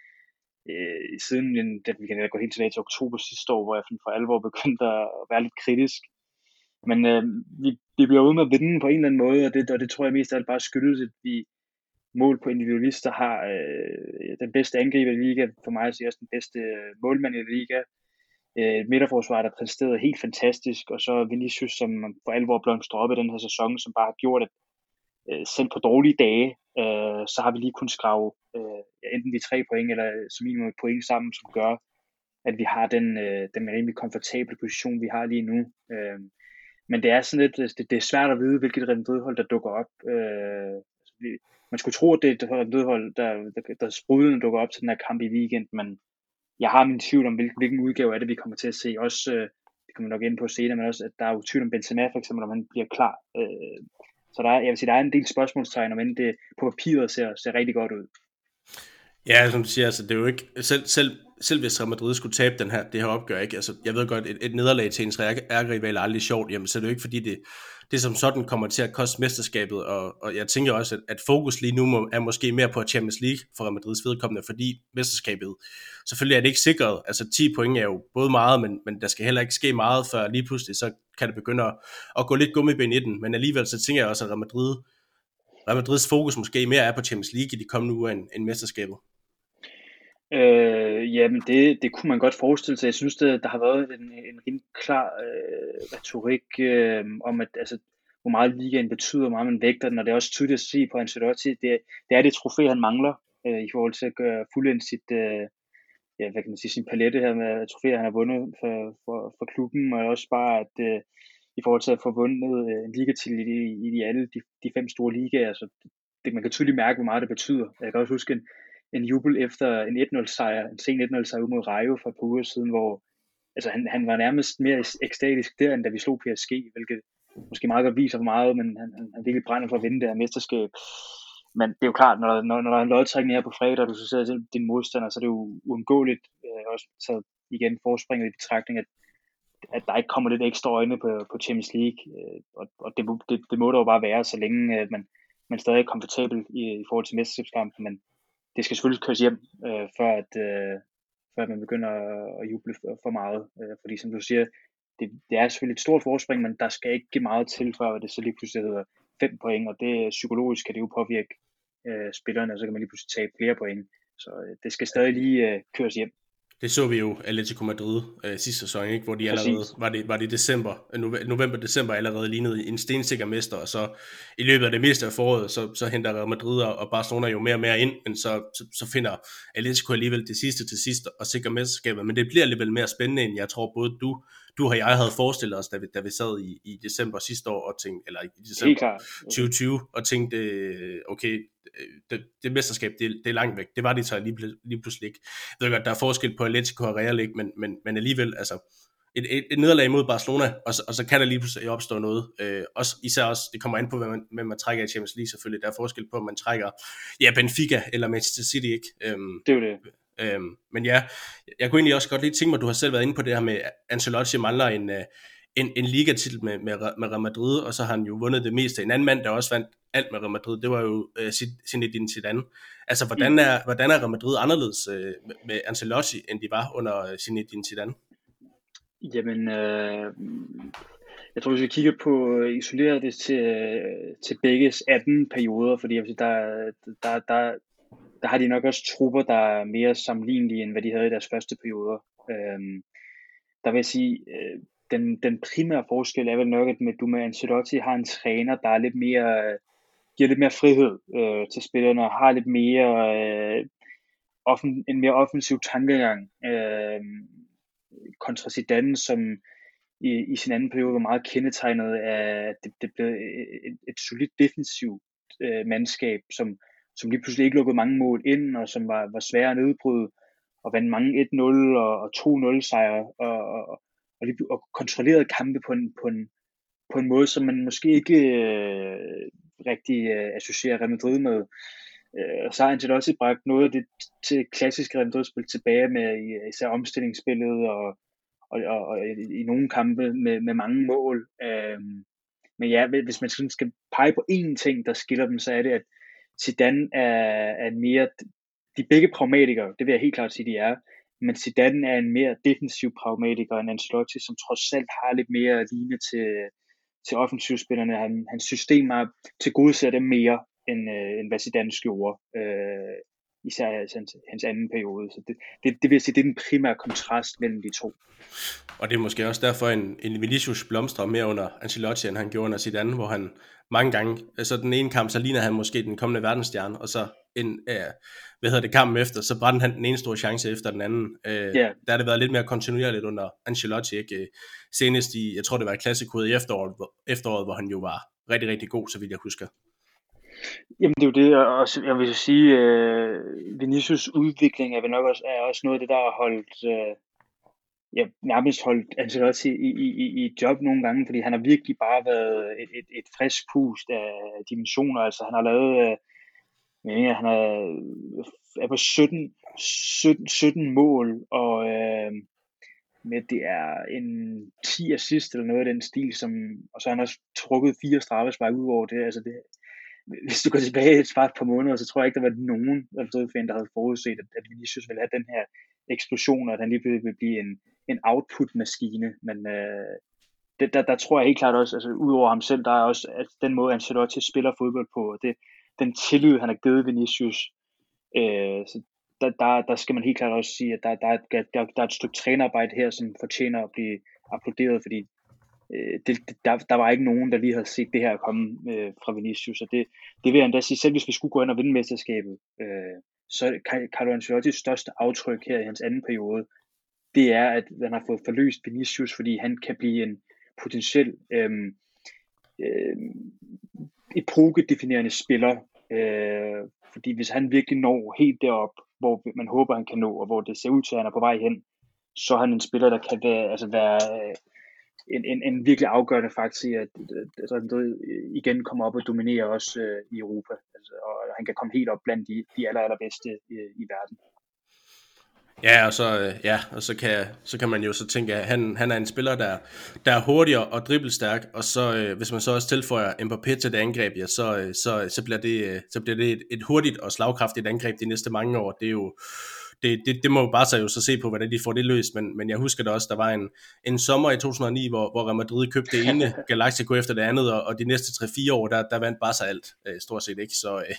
siden, vi kan gå helt tilbage til oktober sidste år, hvor jeg for alvor begyndte at være lidt kritisk. Men vi bliver ude med at vinde på en eller anden måde, og det tror jeg mest af alt bare skyldes, at vi mål på individualister har den bedste angriber i liga, for mig er også den bedste målmand i liga. Midterforsvar, der præsterede helt fantastisk, og så Vinicius, som for alvor blomstrer op i den her sæson, som bare har gjort, at selv på dårlige dage, så har vi lige kunnet skrave enten de 3 point, eller som minimum et point sammen, som gør, at vi har den rimelig komfortable position, vi har lige nu. Men det er sådan lidt, det er svært at vide, hvilket Real Madrid-hold, der dukker op. Man skulle tro, at det er et Real Madrid-hold, der sprudlende dukker op til den her kamp i weekend, men jeg har min tvivl om, hvilken udgave af det, vi kommer til at se. Også, det kommer nok ind på senere, men også, at der er jo tvivl om Benzema, for eksempel, om han bliver klar. Så jeg vil sige, der er en del spørgsmålstegn, om det på papiret ser rigtig godt ud. Ja, som du siger, altså, det er jo ikke, selv hvis Real Madrid skulle tabe det her opgør, ikke? Altså, jeg ved godt, et nederlag til ens ærgerival er aldrig sjovt, jamen, så er det jo ikke, fordi det som sådan kommer til at koste mesterskabet, og jeg tænker også, at fokus lige nu er måske mere på Champions League for Real Madrids vedkommende, fordi mesterskabet, selvfølgelig er det ikke sikret, altså 10 point er jo både meget, men der skal heller ikke ske meget, før lige pludselig, så kan det begynde at gå lidt gummiben i den, men alligevel så tænker jeg også, at Real Madrid Real Madrids fokus måske mere er på Champions League i de kommende uger end mesterskabet? Jamen det kunne man godt forestille sig. Jeg synes, der har været en rimelig klar retorik om, at altså, hvor meget ligaen betyder, hvor meget man vægter den, og det er også tydeligt at se på Ancelotti. Det er det trofæ, han mangler i forhold til at gøre fuldendt sit, hvad kan man sige, sin palette her med trofæer, han har vundet for klubben, og også bare, at i forhold til at få vundet en ligatitel i alle de 5 store ligaer, så man kan tydeligt mærke, hvor meget det betyder. Jeg kan også huske en jubel efter en 1-0-sejr, en sen 1-0-sejr ud mod Rayo for et par uger siden, hvor altså han var nærmest mere ekstatisk der, end da vi slog PSG, hvilket måske meget godt viser for meget, men han virkelig brænder for at vinde det her mesterskab. Men det er jo klart, når der er en lodtrækning her på fredag, og du så ser din modstander, så er det jo uundgåeligt også taget igen forspringet i betragtning, at der ikke kommer lidt ekstra øjne på Champions League, og det må der jo bare være, så længe man stadig er komfortabel i forhold til mesterskabskampen, men det skal selvfølgelig køres hjem, før at man begynder at juble for meget, fordi som du siger, det er selvfølgelig et stort forspring, men der skal ikke give meget til, før det så lige pludselig hedder 5 point, og det psykologisk kan det jo påvirke spillerne, og så kan man lige pludselig tabe flere point, så det skal stadig lige køres hjem. Det så vi jo Atletico Madrid sidste sæson, ikke? Hvor de allerede var det december, november-december allerede lignede en stensikker mester, og så i løbet af det meste af foråret, så henter Real Madrid og Barcelona jo mere og mere ind, men så finder Atletico alligevel det sidste og sikrer mesterskabet, men det bliver alligevel mere spændende, end jeg tror både du og jeg havde forestillet os, da vi sad i december sidste år, og tænkte, eller i december 2020, og tænkte, okay, det mesterskab, det er langt væk. Det var det så lige pludselig ikke. Jeg ved godt, der er forskel på Atletico og Real, ikke? Men alligevel, altså, et nederlag mod Barcelona, og så kan der lige pludselig opstå noget. Især også, det kommer an på, hvad man trækker i Champions League selvfølgelig. Der er forskel på, om man trækker Benfica eller Manchester City, ikke? Det er jo det. Men ja, jeg kunne egentlig også godt lige tænke mig, du har selv været inde på det her med, Ancelotti mangler en ligatitel med Real Madrid, og så har han jo vundet det meste. En anden mand, der også vandt alt med Real Madrid, det var jo Zinedine Zidane. Altså, hvordan er Real Madrid anderledes med Ancelotti, end de var under Zinedine Zidane? Jamen, jeg tror, vi skal kigge på isolere det til begges 18 perioder, fordi der har de nok også trupper, der er mere sammenlignelige, end hvad de havde i deres første perioder. Der vil jeg sige, den primære forskel er vel nok, at du med Ancelotti har en træner, der er lidt mere, giver lidt mere frihed til spillerne, og har lidt mere en mere offensiv tankegang kontra Zidane, som i sin anden periode var meget kendetegnet af, at det blev et solidt defensivt mandskab, som lige pludselig ikke lukkede mange mål ind, og som var svære at nedbryde, og vandt mange 1-0 og 2-0 sejre, og kontrollerede kampe på en måde, som man måske ikke rigtig associerer Real Madrid med. Og så har Ancelotti bragt noget af det til klassisk Real Madrid-spil tilbage med især omstillingsspillet og i nogle kampe med mange mål. Men ja, hvis man sådan skal pege på én ting, der skiller dem, så er det, at Zidane er mere, de er begge pragmatikere, det vil jeg helt klart sige, de er, men Zidane er en mere defensiv pragmatiker end Ancelotti, som trods alt har lidt mere ligne til offensivspillerne. Hans system er tilgodeser dem mere, end hvad Zidane gjorde, især hans anden periode. Så det vil jeg sige, det er den primære kontrast mellem de to. Og det er måske også derfor en Vinicius blomstrer mere under Ancelotti, end han gjorde under Zidane, hvor han mange gange, så den ene kamp, så ligner han måske den kommende verdensstjerne, og så kampen efter, så brændte han den ene store chance efter den anden. Der har det været lidt mere kontinuerligt under Ancelotti, ikke? Senest i, jeg tror det var i Clasico i efteråret, hvor han jo var rigtig, rigtig god, så vidt jeg husker. Jamen det er jo det, og jeg vil sige, Vinicius udvikling er også noget af det, der har nærmest holdt Ancelotti i job nogle gange, fordi han har virkelig bare været et frisk pust af dimensioner. Altså han har lavet, han er på 17 mål, og med det er en 10 assist eller noget af den stil, og så har han også trukket 4 straffespark ud over det. Altså det, hvis du går tilbage et par måneder, så tror jeg ikke, der var nogen fan, der havde forudset, at Vinicius ville have den her eksplosion, og at han lige ville blive en output-maskine. Men der tror jeg helt klart også, altså udover ham selv, der er også at den måde, Ancelotti spiller fodbold på, den tillid, han har givet Vinicius. Så der skal man helt klart også sige, at der er et stykke trænerarbejde her, som fortjener at blive applauderet, fordi der var ikke nogen, der lige havde set det her komme fra Vinicius, og det vil jeg endda sige, selv hvis vi skulle gå ind og vinde mesterskabet, så Carlo Ancelottis største aftryk her i hans anden periode, det er, at han har fået forløst Vinicius, fordi han kan blive en potentiel epokedefinerende spiller, fordi hvis han virkelig når helt derop, hvor man håber, han kan nå, og hvor det ser ud til, at han er på vej hen, så er han en spiller, der kan være en virkelig afgørende faktor i, at igen kommer op og dominerer også i Europa. Og han kan komme helt op blandt de allerbedste i verden. Ja, og så kan man jo så tænke, at han er en spiller, der er hurtigere og dribbelstærk, og så hvis man så også tilføjer Mbappé til det angreb, ja, så bliver det et hurtigt og slagkraftigt angreb de næste mange år. Det er jo det må Barca jo så se på, hvordan de får det løst, men jeg husker da også, der var en sommer i 2009, hvor Real Madrid købte det ene Galactico efter det andet, og de næste 3-4 år, der vandt Barca alt, stort set ikke,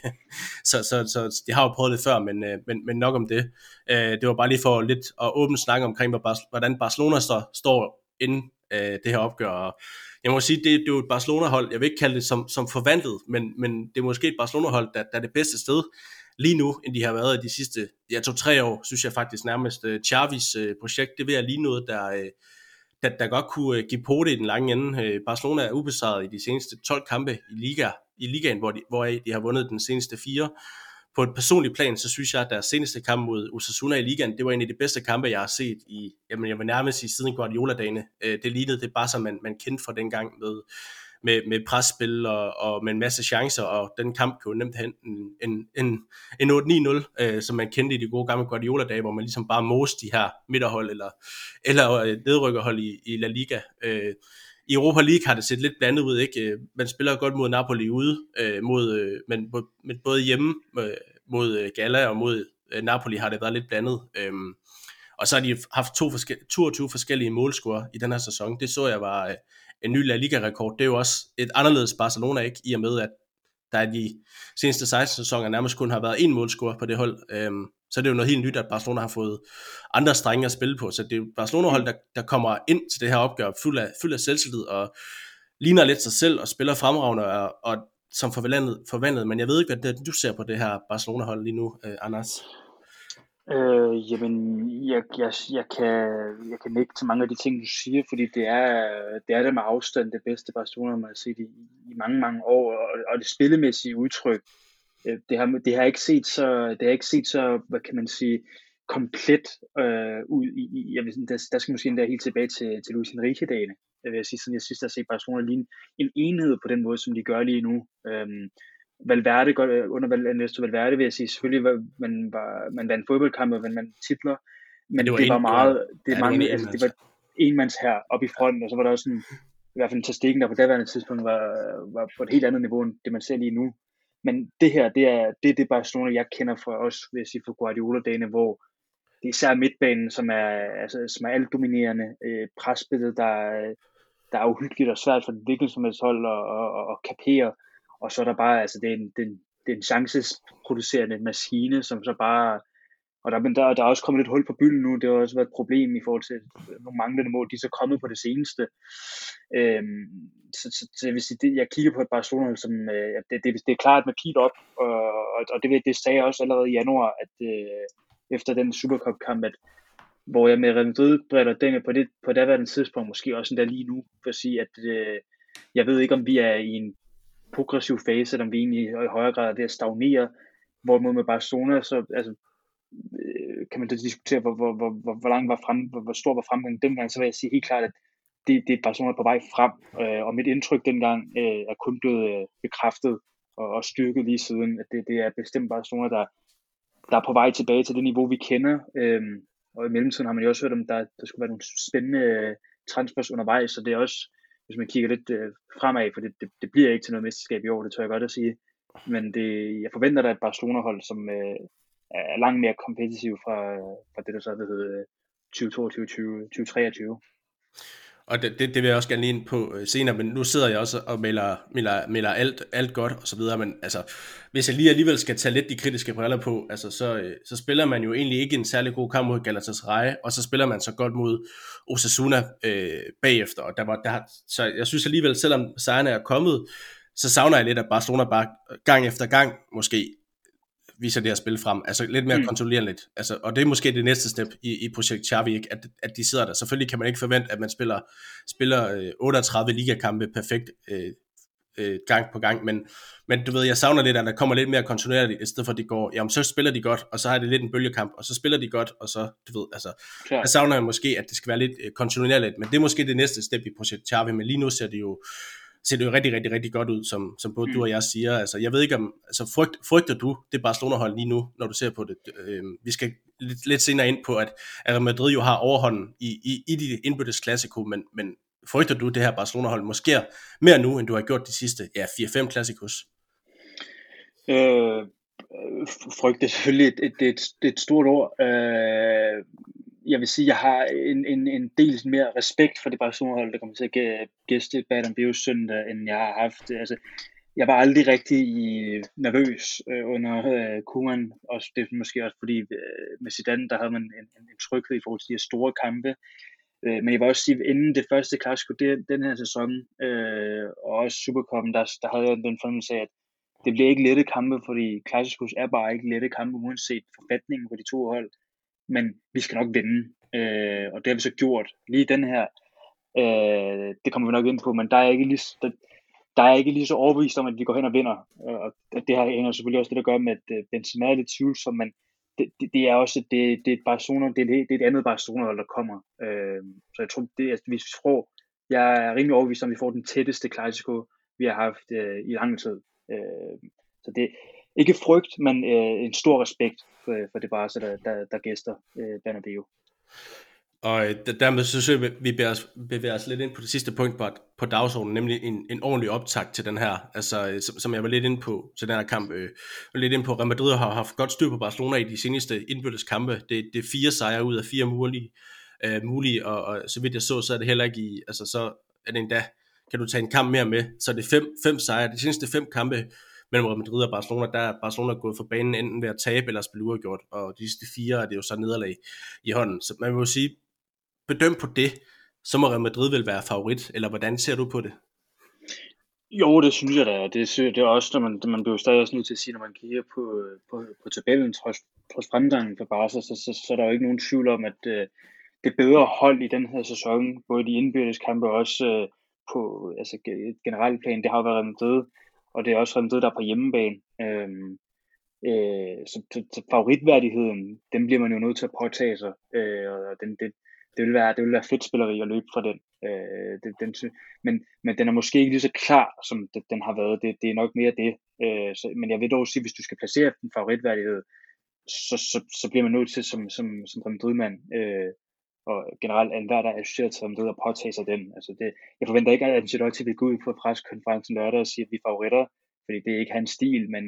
så de har jo prøvet det før, men nok om det. Det var bare lige for lidt at åbne snak omkring, hvordan Barcelona står inden det her opgør, og jeg må sige, det er jo et Barcelona-hold, jeg vil ikke kalde det som forvandlet, men det er måske et Barcelona-hold, der er det bedste sted lige nu, end de har været i de sidste 2-3 år, synes jeg faktisk nærmest. Xavis projekt, det vil jeg lige noget, der godt kunne give på det i den lange ende. Barcelona er ubesejret i de seneste 12 kampe i ligaen, hvor de har vundet den seneste 4. På et personligt plan, så synes jeg, at deres seneste kamp mod Osasuna i ligaen, det var en af de bedste kampe, jeg har set jeg vil nærmest sige siden Guardiola-dagene. Det lignede det bare, som man kendte fra dengang med presspil og med en masse chancer, og den kamp kunne nemt have en 8-9-0, som man kendte i de gode gamle Guardiola-dage, hvor man ligesom bare moste de her midterhold eller nedrykkerhold i La Liga. I Europa League har det set lidt blandet ud, ikke? Man spiller godt mod Napoli ude, men både hjemme mod Gala og mod Napoli har det været lidt blandet. Og så har de haft 22 forskellige målscorer i den her sæson. Det så jeg var en ny La Liga-rekord. Det er jo også et anderledes Barcelona, ikke? I og med, at der i de seneste 16 sæsoner nærmest kun har været en målscorer på det hold. Så det er jo noget helt nyt, at Barcelona har fået andre strenge at spille på. Så det er jo Barcelona-hold, der kommer ind til det her opgør fuld af selvtillid og ligner lidt sig selv og spiller fremragende og som forvandlet. Men jeg ved ikke, hvad du ser på det her Barcelona-hold lige nu, Anders? Jamen, jeg kan nikke til mange af de ting, du siger, fordi det er det med afstand det bedste Barcelona, man har set i mange, mange år, og det spillemæssige udtryk, det har ikke set så, hvad kan man sige, komplet ud jeg vil, der skal måske endda helt tilbage til Luis Enrique-dagene, jeg vil sige, sådan jeg sidst har set Barcelona lige en enhed på den måde, som de gør lige nu. Valverde, under Ernesto Valverde vil jeg sige, selvfølgelig man vandt fodboldkampe, og man titler, men det var meget, det var enmands her op i fronten, og så var der også i hvert fald en Stegen, der på daværende tidspunkt var på et helt andet niveau, end det man ser lige nu. Men det her, det er det Barcelona, jeg kender fra os, vil jeg sige, fra Guardiola-dagene, hvor det er især midtbanen, som er alt dominerende, presspillet, der er uhyggeligt og svært for den hvilken som helst hold at kapere, og så er der bare, det er en chancesproducerende maskine, som så bare, og der er også kommet lidt hul på bylden nu, det har også været et problem i forhold til nogle manglende mål, de er så kommet på det seneste. Så jeg vil sige, jeg kigger på et Barcelona, som det er klart med pil op, og det sagde jeg også allerede i januar, at efter den Supercup-kamp, hvor jeg med Real Madrid-briller dænger på daværende tidspunkt, måske også endda lige nu, for at sige, at jeg ved ikke, om vi er i en progressiv fase, eller om vi egentlig i højere grad er ved at stagnere, hvorimod med Barcelona, så kan man da diskutere, hvor stor var fremgangen dengang, så vil jeg sige helt klart, at det er Barcelona på vej frem, og mit indtryk dengang er kun blevet bekræftet og styrket lige siden, at det er bestemt Barcelona, der er på vej tilbage til det niveau, vi kender, og i mellemtiden har man jo også hørt om, der skulle være nogle spændende transfers undervejs, så det er også, hvis man kigger lidt fremad, for det bliver ikke til noget mesterskab i år, det tør jeg godt at sige, men jeg forventer da et Barcelona-hold, som er langt mere kompetitiv fra det, der så hedder 2022-2023. Og det vil jeg også gerne lige ind på senere, men nu sidder jeg også og melder alt godt og så videre, men altså, hvis jeg lige alligevel skal tage lidt de kritiske briller på, altså, så spiller man jo egentlig ikke en særlig god kamp mod Galatasaray, og så spiller man så godt mod Osasuna bagefter, og så jeg synes alligevel, selvom sejrene er kommet, så savner jeg lidt, at Barcelona bare gang efter gang måske viser det her spil frem, altså lidt mere kontrollerende, altså, og det er måske det næste step i projekt Xavi, ikke? At de sidder der. Selvfølgelig kan man ikke forvente, at man spiller 38 ligakampe perfekt gang på gang, men du ved, jeg savner lidt, at der kommer lidt mere kontinuerligt, i stedet for at de går, jamen så spiller de godt, og så har det lidt en bølgekamp, og så spiller de godt, og så, du ved, altså, jeg savner måske, at det skal være lidt kontinuerligt, men det er måske det næste step i projekt Xavi, men lige nu ser det jo rigtig, rigtig, rigtig godt ud, som både du og jeg siger. Altså, jeg ved ikke om, altså frygter du det Barcelona-hold lige nu, når du ser på det? Vi skal lidt senere ind på, at Real Madrid jo har overhånden i de indbyrdes Clasico, men frygter du det her Barcelona-hold måske mere nu, end du har gjort de sidste 4-5 Classicos? Frygte selvfølgelig, det er et stort ord. Jeg vil sige, jeg har en del mere respekt for det Barcelona-hold, der kommer til at gæste Bernabeu søndag, end jeg har haft. Altså, jeg var aldrig rigtig nervøs under Koeman, og det er måske også fordi med Zidane, der havde man en tryghed i forhold til de her store kampe. Men jeg vil også sige, inden det første Clasico, den her sæson, og også Supercuppen, der havde jeg den fornemmelse af, at det bliver ikke lette kampe, fordi Classicos er bare ikke lette kampe, uanset forfatningen på de to hold. Men vi skal nok vinde, og det har vi så gjort. Lige den her, det kommer vi nok ind på, men der er ikke lige så overbevist om, at vi går hen og vinder. Og det her hænger selvfølgelig også det, der gør med, at Benzema er lidt tvivlsom, men det er også det er et Barcelona, det er et andet Barcelona, der kommer. Så jeg tror, jeg er rimelig overbevist om, at vi får den tætteste Clasico, vi har haft i lang tid. Så det er ikke frygt, men en stor respekt for det Barca, der gæster Bernabeu. Og dermed så synes jeg, vi bevæger os lidt ind på det sidste punkt på dagsordenen, nemlig en ordentlig optakt til den her, altså som jeg var lidt inde på til den her kamp, lidt inde på. Real Madrid har haft godt styr på Barcelona i de seneste indbyrdes kampe. Det er 4 sejre ud af 4 mulige, og så vidt jeg så er det heller ikke altså så er det endda, kan du tage en kamp mere med, så er det 5 sejre. De seneste 5 kampe mellem Real Madrid og Barcelona, der er Barcelona gået for banen enten ved at tabe eller spille uafgjort, og de sidste 4 er det jo så nederlag i hånden. Så man må jo sige, bedøm på det, så må Real Madrid vel være favorit, eller hvordan ser du på det? Jo, det synes jeg da. Det er også, når man bliver stadig også nødt til at sige, når man kigger på tabellen, trods fremgangen for Barca, så er der jo ikke nogen tvivl om, at det bedre hold i den her sæson, både de indbyrdes kampe og også på altså generelt plan, det har været Real Madrid, og det er også Real Madrid, der er på hjemmebane. Så favoritværdigheden, den bliver man jo nødt til at påtage sig, og det vil være fedt spilleri at løbe fra den. Men den er måske ikke lige så klar, som den har været. Det er nok mere det. Men jeg vil dog sige, hvis du skal placere den favoritværdighed, så bliver man nødt til som Madrid-mand, og generelt enhver, der er associeret til Madrid, at påtage sig den. Altså jeg forventer ikke, at Ancelotti vil gå ud på pressekonferencen lørdag og sige, at vi er favoritter, fordi det er ikke hans stil, men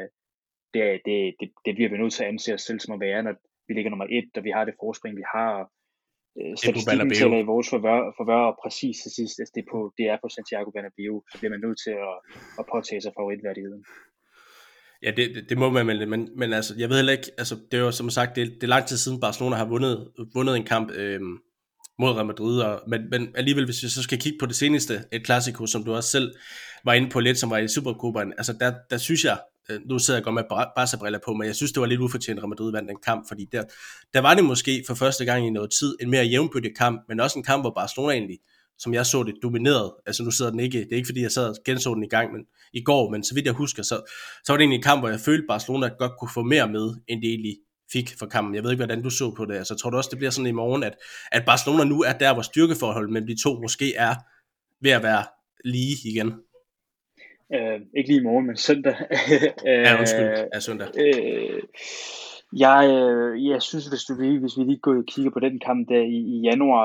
det bliver vi nødt til at anse os selv som at være, når vi ligger nummer 1, og vi har det forspring, vi har. Statistikken tæller i vores forvør, og præcis til sidst, altså det er på Santiago Bernabeu, så bliver man nødt til at påtage sig favoritværdigheden. Ja, det må man, men altså, jeg ved heller ikke, altså, det er jo som sagt, det er lang tid siden Barcelona har vundet en kamp mod Real Madrid, men alligevel, hvis vi så skal kigge på det seneste, et Clasico, som du også selv var inde på lidt, som var i Supercopaen, altså der synes jeg, nu sidder jeg godt med Barca-briller på, men jeg synes, det var lidt ufortjent, at Real Madrid vandt den kamp, fordi der var det måske for første gang i noget tid en mere jævnbyrdig kamp, men også en kamp, hvor Barcelona egentlig, som jeg så det, domineret. Altså nu sidder den ikke, det er ikke fordi, jeg sad og genså den i går, men så vidt jeg husker, så var det egentlig en kamp, hvor jeg følte, Barcelona godt kunne få mere med, end det egentlig fik for kampen. Jeg ved ikke, hvordan du så på det. Altså tror du også, det bliver sådan i morgen, at Barcelona nu er der, hvor styrkeforholdet mellem de to måske er ved at være lige igen? Ikke lige i morgen, men søndag. Søndag. Jeg synes, hvis vi lige går og kigger på den kamp der i januar,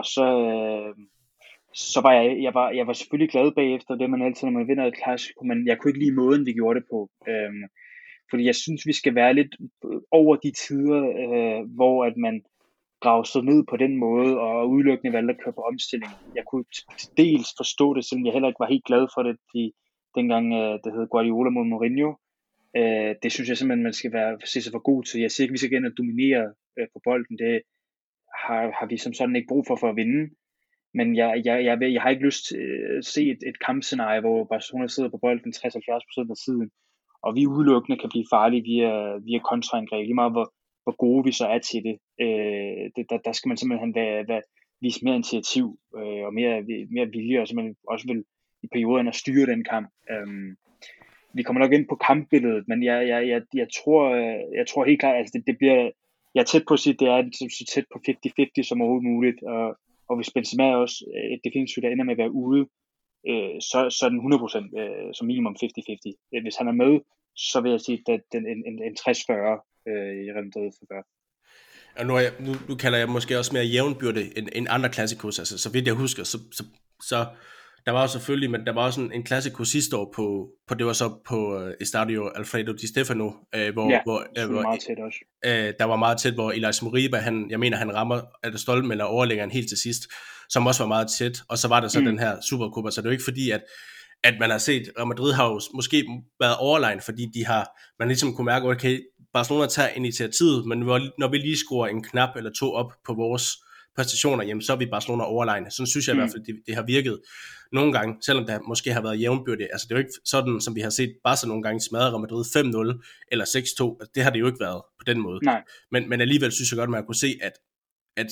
så var jeg var selvfølgelig glad bagefter det, man altid, når man vinder et Clasico, men jeg kunne ikke lide måden, vi gjorde det på. Fordi jeg synes, vi skal være lidt over de tider, hvor at man grave sig ned på den måde, og udelukkende valgte at køre på omstilling. Jeg kunne dels forstå det, selvom jeg heller ikke var helt glad for det, dengang det hed Guardiola mod Mourinho. Det synes jeg simpelthen, man skal se sig for god til. Jeg siger ikke, vi skal igen at dominere på bolden. Det har vi som sådan ikke brug for at vinde. Men jeg har ikke lyst til at se et kampscenarie, hvor Barcelona sidder på bolden 60-70% af tiden, og vi udelukkende kan blive farlige via kontraangreb, lige meget hvor gode vi så er til det. Der skal man simpelthen vise mere initiativ og mere vilje, og så man også vil i perioden at styre den kamp. Vi kommer nok ind på kampbilledet, men jeg tror helt klart, altså det bliver, jeg er tæt på at sige, at det er så tæt på 50-50 som overhovedet muligt, og hvis Benzema også definitivt ender med at være ude, så er den 100% som minimum 50-50. Hvis han er med, så vil jeg sige, at det er en 60-40 i Real Madrid for gør. Og nu kalder jeg måske også mere jævnbyrde end andre klassikos, altså så vidt jeg husker, så der var jo selvfølgelig, men der var også en klassiko sidste år på det var så på Estadio Alfredo Di Stefano, hvor meget tæt også. Der var meget tæt, hvor Elias Moriba, han rammer Stolpen eller overlæggeren helt til sidst, som også var meget tæt, og så var der så den her Supercopa, så det er jo ikke fordi, at man har set, Real Madrid har jo måske været overlegen, fordi man ligesom kunne mærke, okay, Barcelona tager initiativet, men når vi lige skruer en knap eller to op på vores præstationer, jamen så er vi Barcelona overlegne. Sådan synes jeg i hvert fald, det har virket nogle gange, selvom der måske har været jævnbyrdigt. Altså det er jo ikke sådan, som vi har set Barca nogle gange smadre Real Madrid 5-0 eller 6-2. Altså, det har det jo ikke været på den måde. Nej. Men alligevel synes jeg godt, man kunne se, at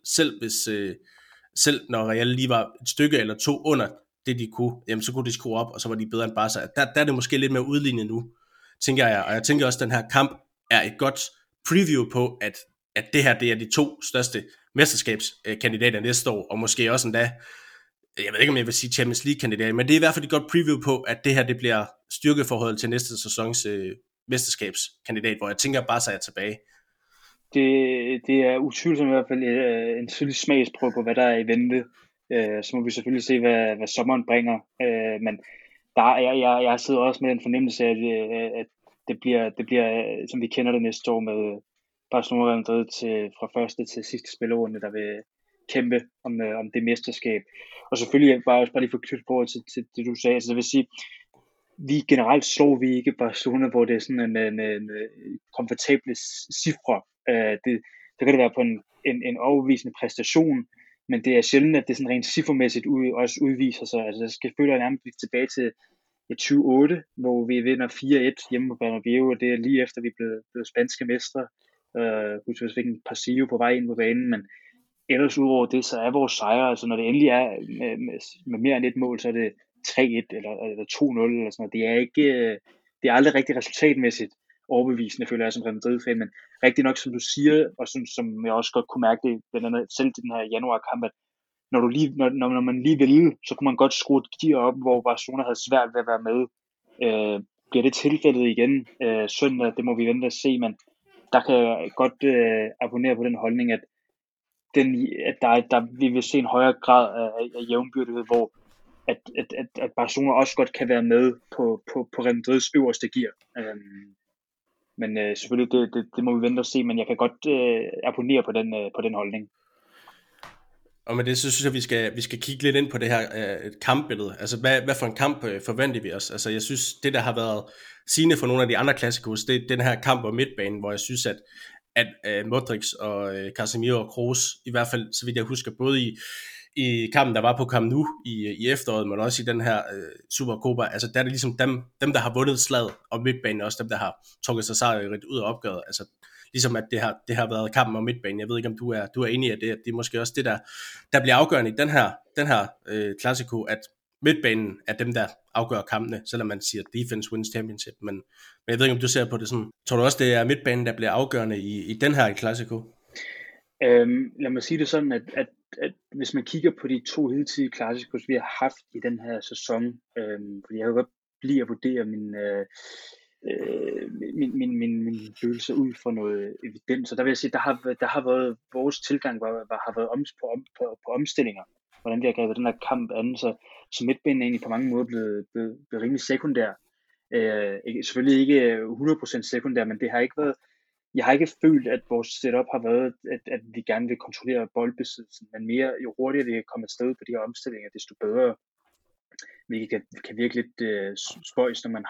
selv når Real lige var et stykke eller to under det, de kunne, jamen så kunne de skrue op, og så var de bedre end Barca. Der er det måske lidt mere udlignet nu, tænker jeg. Og jeg tænker også, at den her kamp er et godt preview på, at det her, det er de to største mesterskabskandidater næste år, og måske også endda, jeg ved ikke om jeg vil sige Champions League-kandidat, men det er i hvert fald et godt preview på, at det her, det bliver styrkeforholdet til næste sæsons mesterskabskandidat, hvor jeg tænker bare sig tilbage. Det er utvivlsomt i hvert fald en tydelig smagsprøve på, hvad der er i vente. Så må vi selvfølgelig se, hvad sommeren bringer. Men jeg sidder også med den fornemmelse af, at det bliver, som vi kender det næste år med Barcelona Real Madrid fra første til sidste spillerunde, der vil kæmpe om det mesterskab. Og selvfølgelig bare lige for knyttet på til det, du sagde. Altså, det vil sige, vi generelt slår vi ikke Barcelona, hvor det er sådan med komfortable cifre. Det kan det være på en overbevisende præstation, men det er sjældent, at det sådan rent cifremæssigt også udviser sig. Altså, jeg skal føle nærmest tilbage til 2008, hvor vi vinder 4-1 hjemme på Bernabeu, og det er lige efter, vi blev spanske mestre. Husk, vi fik en Pasillo på vej ind på banen, men ellers udover det, så er vores sejre, altså når det endelig er med mere end et mål, så er det 3-1 eller 2-0 eller sådan noget. Det er aldrig rigtig resultatmæssigt overbevisende, føler jeg som Real Madrid-fan, men rigtig nok, som du siger, og som jeg også godt kunne mærke det, blandt andet selv til den her januarkamp, at når man lige ville, så kunne man godt skrue et gear op, hvor Barcelona havde svært ved at være med. Bliver det tilfældet igen søndag, det må vi vente at se, men der kan jeg godt abonnere på den holdning, at vi vil se en højere grad af jævnbyrdighed, hvor at Barcelona også godt kan være med på Real Madrids øverste gear. Men selvfølgelig, det må vi vente og se, men jeg kan godt abonnere på den holdning. Og med det, så synes jeg, vi skal kigge lidt ind på det her kampbillede. Altså, hvad for en kamp forventer vi os? Altså, jeg synes, det der har været sigende for nogle af de andre klassikos, det er den her kamp på midtbanen, hvor jeg synes, at Modric og Casemiro og Kroos, i hvert fald, så vidt jeg husker, både i kampen, der var på Camp Nou i efteråret, men også i den her Supercopa, altså der er det ligesom dem der har vundet slaget, og midtbanen også dem, der har trukket sig sejrigt ud af opgøret. Altså ligesom at det har været kampen om midtbanen. Jeg ved ikke, om du er enig i, at det er måske også det, der bliver afgørende i den her klassiko, at midtbanen er dem, der afgør kampene, selvom man siger, defense wins championship, men jeg ved ikke, om du ser på det sådan. Tror du også, det er midtbanen, der bliver afgørende i den her klassiko? Lad mig sige det sådan, at hvis man kigger på de to hidtidige klassikos, vi har haft i den her sæson, fordi jeg kan godt lide at vurdere min følelse ud fra noget evidens, så der vil jeg sige, der har været vores tilgang, har været på omstillinger, hvordan vi har grebet den her kamp an, så midtbanen er egentlig på mange måder blevet rimelig sekundær. Selvfølgelig ikke 100% sekundær, men det har ikke været jeg har ikke følt, at vores setup har været, at vi gerne vil kontrollere boldbesiddelsen, men mere, jo hurtigere vi kommer afsted på de her omstillinger, desto bedre. Vi kan virke lidt spøjs, når man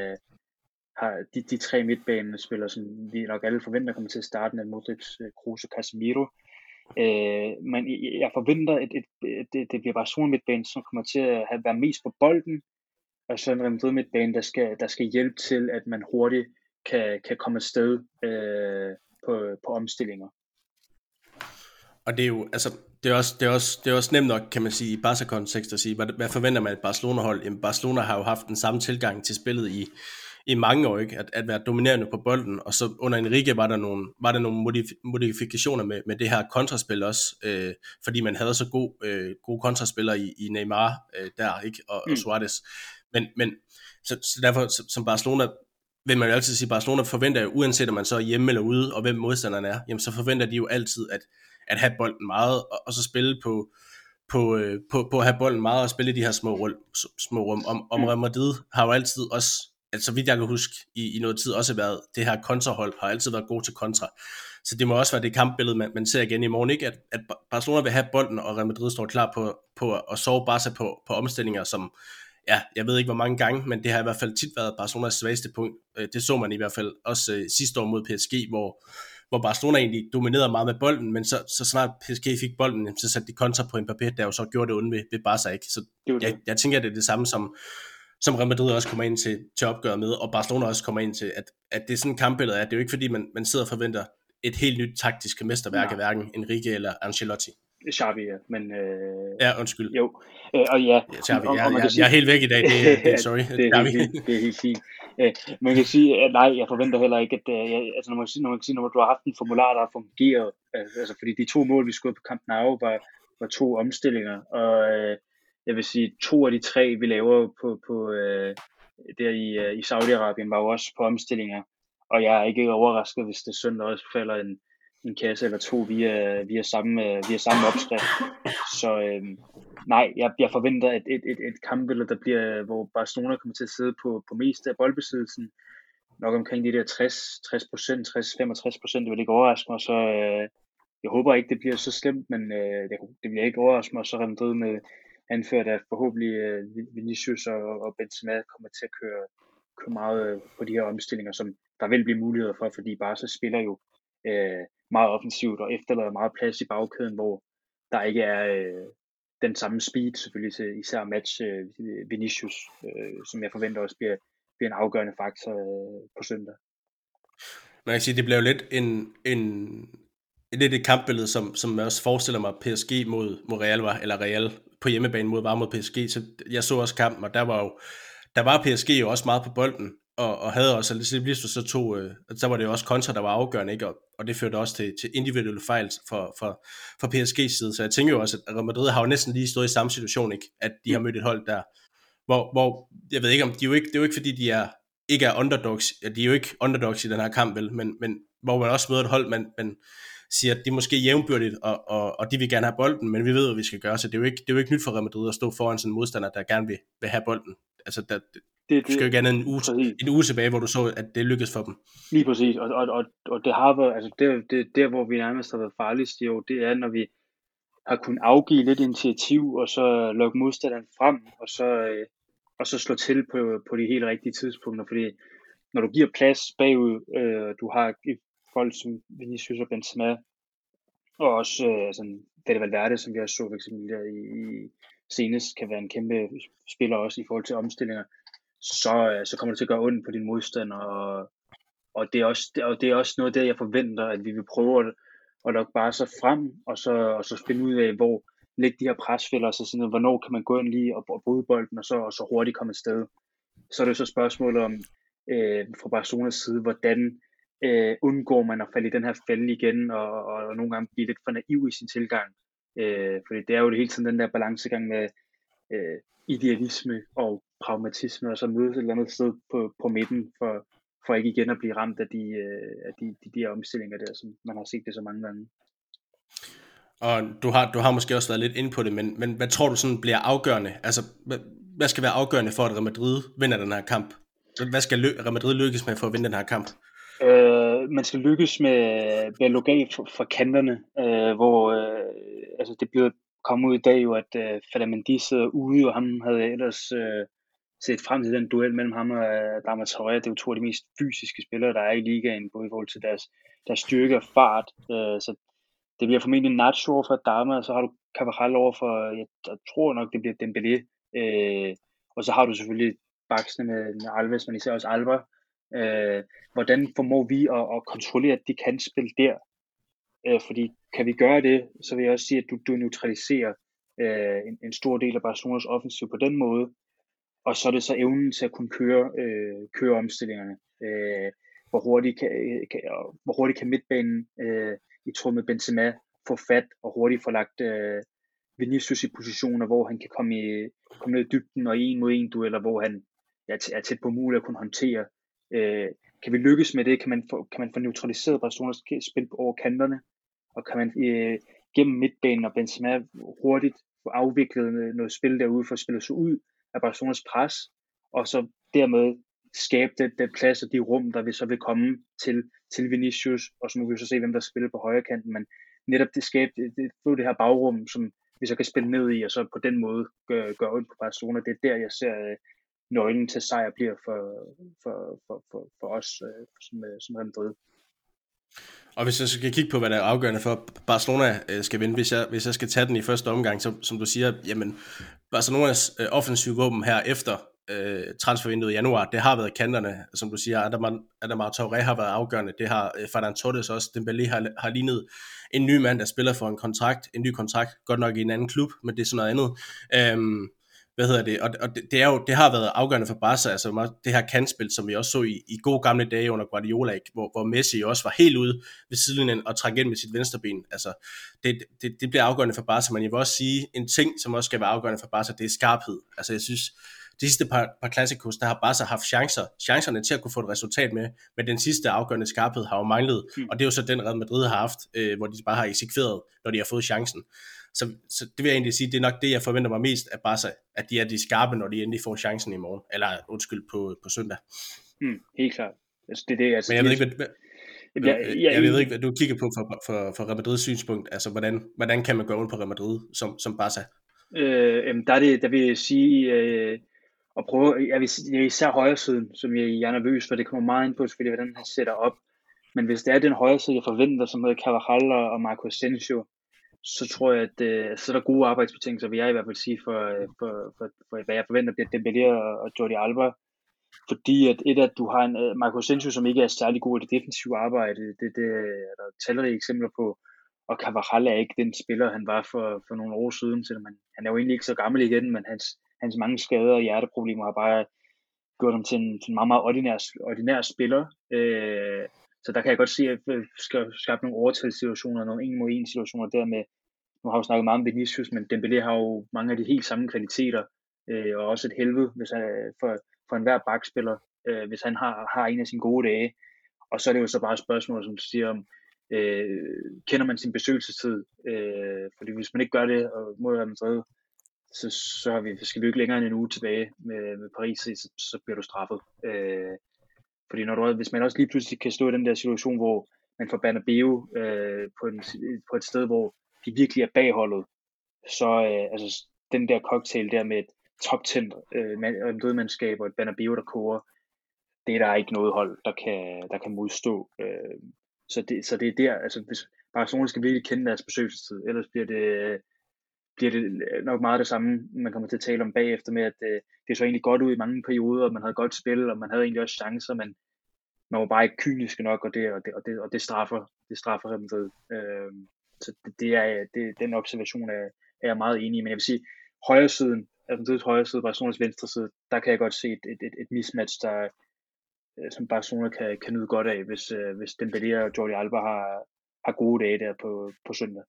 har de tre midtbanespillere, som vi nok alle forventer kommer til at starte med Modric, Kroos og Casemiro. Men jeg forventer, at det bliver bare sådan en midtbane, som kommer til at være mest på bolden, og så en Real Madrid midtbane, der skal hjælpe til, at man hurtigt kan komme afsted på omstillinger. Og det er jo, altså, det er også nemt nok, kan man sige, i Barca-kontekst at sige, hvad forventer man et Barcelona-hold? Jamen, Barcelona har jo haft den samme tilgang til spillet i mange år, ikke? At være dominerende på bolden, og så under Enrique var der nogle modifikationer med det her kontraspil også, fordi man havde så gode kontraspillere i Neymar der, ikke? Og Suarez. Men så derfor, som Barcelona, vil man jo altid sige, Barcelona forventer jo, uanset om man så er hjemme eller ude, og hvem modstanderen er, jamen så forventer de jo altid at have bolden meget, og så spille på at have bolden meget, og spille i de her små rum. Om Real Madrid har jo altid også, altså så vidt jeg kan huske, i noget tid også været, det her kontrahold har altid været god til kontra. Så det må også være det kampbillede, man ser igen i morgen, ikke? At Barcelona vil have bolden, og Real Madrid står klar på at sove Barca på omstillinger, som, ja, jeg ved ikke hvor mange gange, men det har i hvert fald tit været Barcelonas svageste punkt. Det så man i hvert fald også sidste år mod PSG, hvor Barcelona egentlig dominerede meget med bolden, men så snart PSG fik bolden, så satte de kontra på Mbappé, der jo så gjorde det ondt ved Barca, ikke? Så jeg tænker, at det er det samme, som Real Madrid også kommer ind til opgøret med, og Barcelona også kommer ind til, at det er sådan en kampbillede, at det er jo ikke fordi, man sidder og forventer et helt nyt taktisk mesterværk af hverken Enrique eller Ancelotti. Xavi, ja, men... Ja, undskyld. Jo, og ja... Xavi, jeg er helt væk i dag, sorry. Det er helt fint. Man kan sige, at nej, jeg forventer heller ikke, at... altså, når du har haft en formular, der har fungeret, altså fordi de 2 mål, vi skød på Camp Nou, var 2 omstillinger, og jeg vil sige, 2 af de 3, vi laver på der i Saudi-Arabien, var jo også på omstillinger, og jeg er ikke overrasket, hvis det søndag også falder en kasse eller 2 via samme opskrift. Så nej, jeg forventer et kampbillede, der bliver, hvor Barcelona kommer til at sidde på mest af boldbesiddelsen, nok omkring de der 60%, 60-65%, det vil ikke overraske mig, så jeg håber ikke, det bliver så slemt, men det bliver ikke overraske mig, så Real Madrid med anført af forhåbentlig Vinicius og Benzema kommer til at køre meget på de her omstillinger, som der vil blive muligheder for, fordi Barca spiller jo meget offensivt og efterlader meget plads i bagkæden, hvor der ikke er den samme speed selvfølgelig til især match Vinicius, som jeg forventer også bliver en afgørende faktor på søndag. Man kan sige, det bliver jo lidt lidt et kampbillede, som jeg også forestiller mig, PSG mod Real var, eller Real på hjemmebane mod PSG, så jeg så også kampen, og der var PSG jo også meget på bolden, og havde også, altså så var det jo også kontra, der var afgørende, ikke? Og det førte også til individuelle fejl for PSG's side, så jeg tænker jo også, at Real Madrid har jo næsten lige stået i samme situation, ikke? At de har mødt et hold der, hvor jeg ved ikke om, det er jo ikke fordi de ikke er underdogs, de er jo ikke underdogs i den her kamp, vel, men hvor man også møder et hold, man siger, at de er måske jævnbyrdigt, og de vil gerne have bolden, men vi ved, hvad vi skal gøre, så det er jo ikke nyt for Real Madrid at stå foran sådan en modstander, der gerne vil have bolden. Altså, det skal jo ikke andet en uge tilbage, hvor du så, at det lykkedes for dem. Lige præcis, og det har været, altså det der, hvor vi nærmest har været farligst, jo, det er, når vi har kunnet afgive lidt initiativ, og så lukke modstanderen frem, og så slå til på de helt rigtige tidspunkter, fordi når du giver plads bagud, du har folk som Vinicius og Benzema, og også sådan Fede Valverde, som vi også så for eksempel der i senest, kan være en kæmpe spiller også i forhold til omstillinger, så kommer det til at gøre ondt på din modstander, og det er også noget der, jeg forventer, at vi vil prøve at lukke bare så frem, og så finde ud af, hvor lægge de her presfælder, så sådan, hvornår kan man gå ind lige og bryde bolden, og så hurtigt komme afsted. Så er det jo så spørgsmålet om, fra Barcelonas side, hvordan undgår man at falde i den her fælde igen, og nogle gange blive lidt for naiv i sin tilgang. Fordi det er jo det hele tiden den der balancegang med idealisme og pragmatisme, og så mødes et eller andet sted på midten, for ikke igen at blive ramt af de her omstillinger der, som man har set det så mange gange. Og du har måske også været lidt inde på det, men hvad tror du sådan bliver afgørende? Altså, hvad skal være afgørende for, at Real Madrid vinder den her kamp? Hvad skal Real Madrid lykkes med for at vinde den her kamp? Man skal lykkes med at lukke af fra kanterne, hvor altså det bliver kommet ud i dag jo, at Fernandes sidder ude, og ham havde jeg ellers set frem til den duel mellem ham og Adama Traoré. Det er jo to af de mest fysiske spillere, der er i ligaen, både i forhold til deres styrke og fart. Så det bliver formentlig Nacho over for Adama, og så har du Carvajal over for, jeg tror nok, det bliver Dembélé. Og så har du selvfølgelig baksene med Alves, men især også Alba. Hvordan formår vi at kontrollere de kantspil der? Fordi kan vi gøre det, så vil jeg også sige, at du neutraliserer en stor del af Barcelonas offensiv på den måde, og så er det så evnen til at kunne køre omstillingerne. Hvor hurtigt kan midtbanen i tråd med Benzema få fat og hurtigt få lagt Vinicius i positioner, hvor han kan komme ned i dybden og i en mod en dueller, hvor han er tæt på muligt at kunne håndtere. Kan vi lykkes med det? Kan man få neutraliseret Barcelonas spil over kanterne? Og kan man gennem midtbanen og Benzema hurtigt få afviklet noget spil derude for at spille sig ud af Barcelonas pres, og så dermed skabe den plads og de rum, der så vil komme til Vinicius, og så må vi så se, hvem der spiller på højre kanten, men netop det her bagrum, som vi så kan spille ned i, og så på den måde gøre ondt på Barcelona. Det er der, jeg ser nøglen til sejr bliver for os som Real Madrid. Og hvis jeg skal kigge på, hvad der er afgørende for, at Barcelona skal vinde, hvis jeg skal tage den i første omgang, så som du siger, jamen Barcelonas offensive våben her efter transfervinduet i januar, det har været kanterne, som du siger, Adama Traoré har været afgørende, det har Ferran Torres også, Dembélé har lignet en ny mand, der spiller for en ny kontrakt, godt nok i en anden klub, men det er sådan noget andet. Og det har været afgørende for Barca, altså det her kantspil, som vi også så i gode gamle dage under Guardiola, hvor Messi også var helt ude ved sidelinjen og trække ind med sit venstreben. Altså det bliver afgørende for Barca, men jeg vil også sige en ting, som også skal være afgørende for Barca, det er skarphed. Altså jeg synes, de sidste par Clásicos, der har Barca haft chancerne til at kunne få et resultat med, men den sidste afgørende skarphed har jo manglet, og det er jo så den Real Madrid har haft, hvor de bare har eksekveret, når de har fået chancen. Så det vil jeg egentlig sige, det er nok det, jeg forventer mig mest af Barca, at de er de skarpe, når de endelig får chancen i morgen, eller på søndag. Helt klart. Altså, det er det, altså, men jeg ved ikke, hvad du kigger på for Real Madrids synspunkt, altså hvordan kan man gå rundt på Real Madrid som Barca? Der vil jeg sige, at prøve, jeg vil især højre siden, som jeg er nervøs for, det kommer meget ind på, selvfølgelig, hvordan han sætter op. Men hvis det er den højre side, jeg forventer, som hedder Carvajal og Marco Asensio, så tror jeg, at så er der gode arbejdsbetingelser, vil jeg i hvert fald sige, for hvad jeg forventer bliver Dembélé og Jordi Alba. Fordi at du har en Marco Asensio, som ikke er særlig god i det defensive arbejde, det er der talrige eksempler på, og Carvajal er ikke den spiller, han var for nogle år siden, selvom han er jo egentlig ikke så gammel igen, men hans mange skader og hjerteproblemer har bare gjort ham til en meget, meget ordinær spiller. Så der kan jeg godt se, at vi skal skabe nogle overtalssituationer, nogle en mod en situationer dermed. Nu har vi snakket meget om Vinicius, men Dembélé har jo mange af de helt samme kvaliteter, og også et helvede hvis han, for enhver bakspiller, hvis han har en af sine gode dage. Og så er det jo så bare et spørgsmål, som du siger om, kender man sin besøgelsestid? Fordi hvis man ikke gør det mod Real Madrid, så skal vi ikke længere end en uge tilbage med Paris, så bliver du straffet. Fordi hvis man også lige pludselig kan stå i den der situation, hvor man får Bernabeu på et sted, hvor de virkelig er bagholdet, så altså den der cocktail der med et top 10 mandskab og et Bernabeu, der koger, det er der ikke noget hold, der kan modstå. Så det er der, altså hvis Barcelona skal virkelig kende deres besøgelsestid, ellers bliver det nok meget det samme, man kommer til at tale om bagefter med, at det så egentlig godt ud i mange perioder, og man havde godt spil, og man havde egentlig også chancer, men man var bare ikke kynisk nok, og det straffer Real Madrid. Så det er den observation er jeg meget enig i, men jeg vil sige, højre siden, Madrids højre side, Barcelonas venstre side, der kan jeg godt se et mismatch, der som Barcelona kan nyde godt af, hvis Dembélé og Jordi Alba har gode dage der på søndag.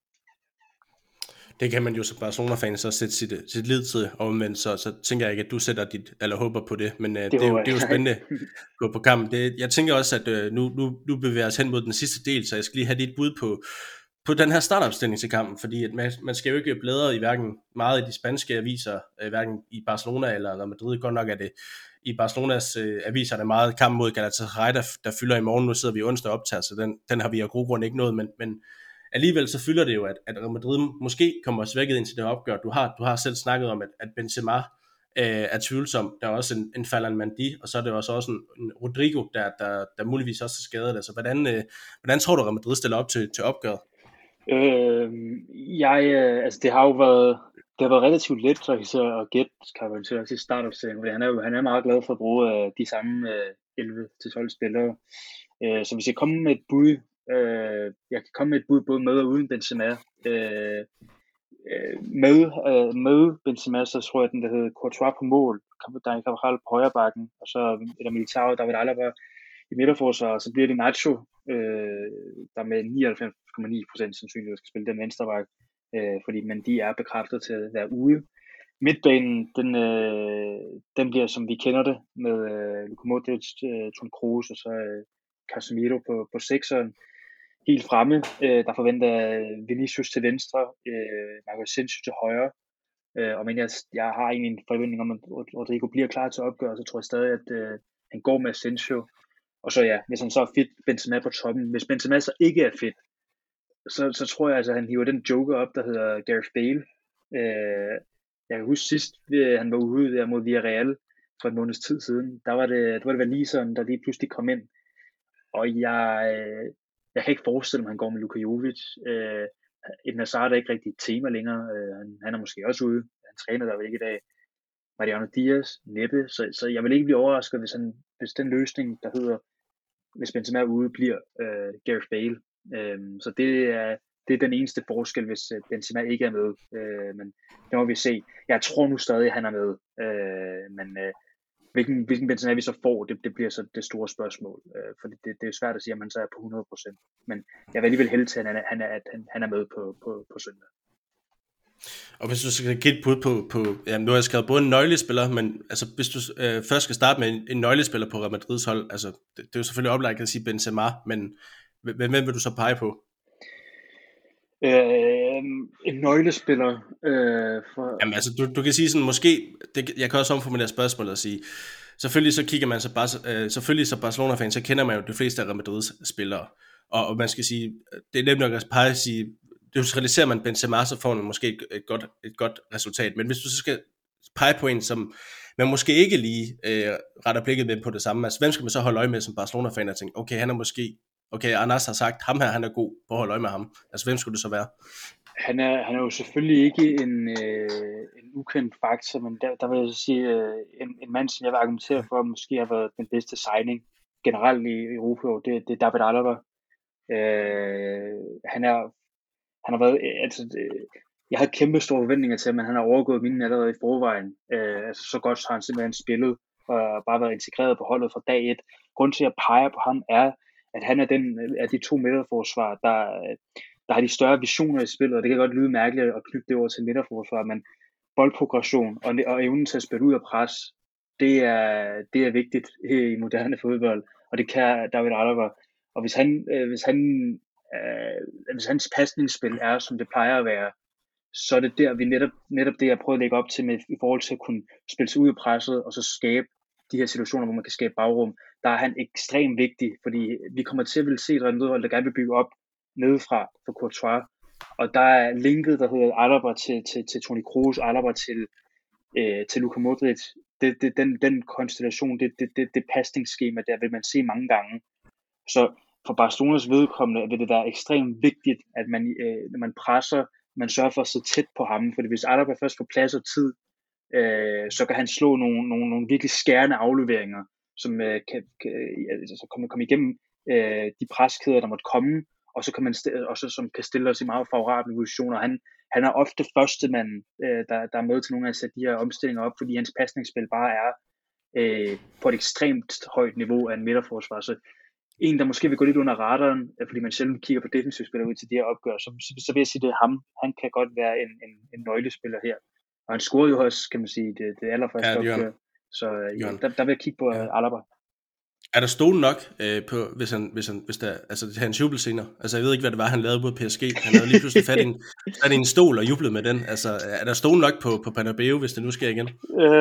Det kan man jo som Barcelona-fan så sætte sit lid til, og men så tænker jeg ikke, at du sætter eller håber på det, men det er jo spændende på kampen. Jeg tænker også, at nu bevæger os hen mod den sidste del, så jeg skal lige have dit bud på den her startopstilling til kampen, fordi at man skal jo ikke bladre i hverken meget i de spanske aviser, hverken i Barcelona eller Real Madrid. Godt nok er det i Barcelonas aviser er det meget kamp mod Galatasaray, der fylder i morgen. Nu sidder vi onsdag optager, så den har vi af gode grunde ikke nået, men alligevel så fylder det jo, at Real Madrid måske kommer svækket ind til det opgør. Du har selv snakket om, at Benzema er tvivlsom. Der er også en Ferland Mendy, og så er det også en Rodrigo, der muligvis også er skadet. Altså, hvordan tror du, at Real Madrid stiller op til opgøret? Altså det har jo været relativt let at gætte Carvalho til startopstillingen, fordi han er meget glad for at bruge de samme 11-12 spillere. Så hvis jeg kommer med et bud, jeg kan komme med et bud både med og uden Benzema. Med Benzema, så tror jeg, den der hedder Courtois på mål, Dani Carvajal på højre bakken, og så er der Militao, David Alaba i midterforsvaret, og så bliver det Nacho, der med 99,9% sandsynligvis skal spille den venstre bak, fordi de er bekræftet til at være ude. Midtbanen, den bliver som vi kender det, med Luka Modric, Toni Kroos og så Casemiro på sekseren. Helt fremme, der forventer Vinicius til venstre, Marco Asensio til højre. Men jeg har egentlig en forventning om, at Rodrigo bliver klar til opgør, så tror jeg stadig, at han går med Asensio. Og så ja, hvis han så er fit, Benzema på toppen. Hvis Benzema så ikke er fit, så tror jeg, altså, han hiver den joker op, der hedder Gareth Bale. Jeg kan huske sidst, han var ude der mod Villarreal for en måneds tid siden. Der var det vel lige sådan, der lige pludselig kom ind. Og jeg kan ikke forestille mig, at han går med Luka Jovic. Eden Hazard er ikke rigtig et tema længere. Han er måske også ude. Han træner der vel ikke i dag. Mariano Diaz, næppe. Så jeg vil ikke blive overrasket, hvis den løsning, der hedder, hvis Benzema er ude, bliver Gareth Bale. Så det er den eneste forskel, hvis Benzema ikke er med. Men det må vi se. Jeg tror nu stadig, at han er med. Men hvilken Benzema vi så får, det bliver så det store spørgsmål. For det er jo svært at sige, at man så er på 100%. Men jeg vil alligevel hælde til, at han er med på søndag. Og hvis du skal give et bud på nu har jeg skrevet både en nøglespiller, men altså hvis du først skal starte med en nøglespiller på Real Madrids hold, altså det er jo selvfølgelig oplagt at sige Benzema, men hvem vil du så pege på? En nøglespiller Jamen altså du kan sige sådan måske jeg kan også omformulere spørgsmålet og sige selvfølgelig så kigger man så bare selvfølgelig så Barcelona-fan, så kender man jo de fleste af Real Madrids spillere, og man skal sige det er nemt nok at pege at sige neutraliserer man Benzema, så får man måske et godt resultat. Men hvis du så skal pege på en, som man måske ikke lige retter blikket med på det samme, altså hvem skal man så holde øje med som Barcelona-fan og tænke, okay, han er måske, okay, Arnas har sagt, ham her, han er god, på at holde øje med ham. Altså hvem skulle det så være? Han er jo selvfølgelig ikke en ukendt faktor, men der vil jeg så sige, en mand, som jeg vil argumentere for, måske har været den bedste signing generelt i Europa, det er David Alaba. Han har været, altså, jeg havde kæmpe store forventninger til ham, men han har overgået mine allerede i forvejen. Altså så godt har han simpelthen spillet, og bare været integreret på holdet fra dag 1. Grunden til, at jeg peger på ham, er, at han er den af de to midterforsvar, der har de større visioner i spillet, og det kan godt lyde mærkeligt at knytte det over til midterforsvar, men boldprogression og evnen til at spille ud af pres, det er vigtigt i moderne fodbold, og det kan David Alaba. Og hvis hans pasningsspil er, som det plejer at være, så er det der, vi netop det, jeg prøver at lægge op til med, i forhold til at kunne spille sig ud af presset, og så skabe de her situationer, hvor man kan skabe bagrum. Der er han ekstremt vigtig, fordi vi kommer til at ville se et Madrid-hold, der gerne vil bygge op nedefra for Courtois. Og der er linket, der hedder Alaba til Toni Kroos, Alaba til Luka Modric. Den konstellation, det pasningsskema, der vil man se mange gange. Så for Barcelonas vedkommende vil det være ekstremt vigtigt, at man, når man presser, man sørger for at sidde tæt på ham, fordi hvis Alaba først får plads og tid, så kan han slå nogle virkelig skærende afleveringer, som kan komme igennem de preskæder, der måtte komme, og så kan man som kan stille os i meget favorable positioner. Han er ofte første mand, der er med til nogle af at sætte de her omstillinger op, fordi hans pasningsspil bare er på et ekstremt højt niveau af en midterforsvar. Så en, der måske vil gå lidt under radaren, fordi man sjældent kigger på defensivspillere ud til de her opgør, så vil jeg sige, det er ham. Han kan godt være en nøglespiller her. Og han scorede jo også, kan man sige, det allerførste opgør. Så der vil jeg kigge på Alaba. Er der stole nok på, hvis der, altså til hans jubelscener? Altså jeg ved ikke, hvad det var, han lavede mod PSG. Han havde lige pludselig fat i en stol og jublede med den. Altså er der stole nok på Bernabeu, hvis det nu sker igen?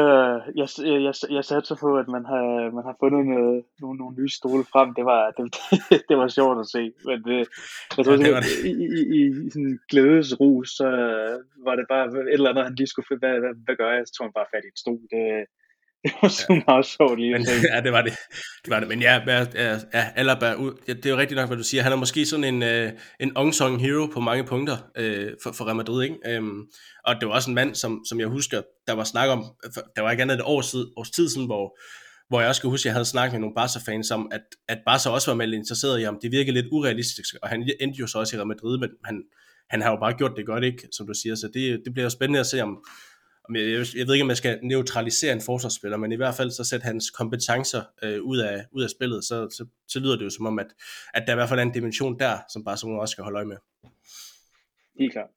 Jeg satser på, at man har fundet nogle nye stole frem. Det var sjovt at se. Men jeg tror Ja, det var simpelthen, det. i sådan glædesrus, så var det bare et eller andet, han lige skulle finde. Hvad gør jeg? Så tog han bare fat i en stol. Det var Ja. så meget sjovt lige Men at se. ja, det var det. Det var det. Men ja, Alaba, det er jo rigtigt nok, hvad du siger. Han er måske sådan en unsung hero på mange punkter for Real Madrid, ikke? Og det var også en mand, som jeg husker, der var snak om, der var ikke andet et års tid siden, hvor jeg også skal huske, at jeg havde snakket med nogle Barca-fans om, at Barca også var meget interesseret i ham. Det virkede lidt urealistisk, og han endte jo så også i Real Madrid, men han har jo bare gjort det godt, ikke? Som du siger, så det bliver jo spændende at se, om jeg ved ikke, om man skal neutralisere en forsvarsspiller, men i hvert fald så sætte hans kompetencer ud af spillet, så lyder det jo som om, at der i hvert fald er en dimension der, som Barcelona også skal holde øje med. Helt klart.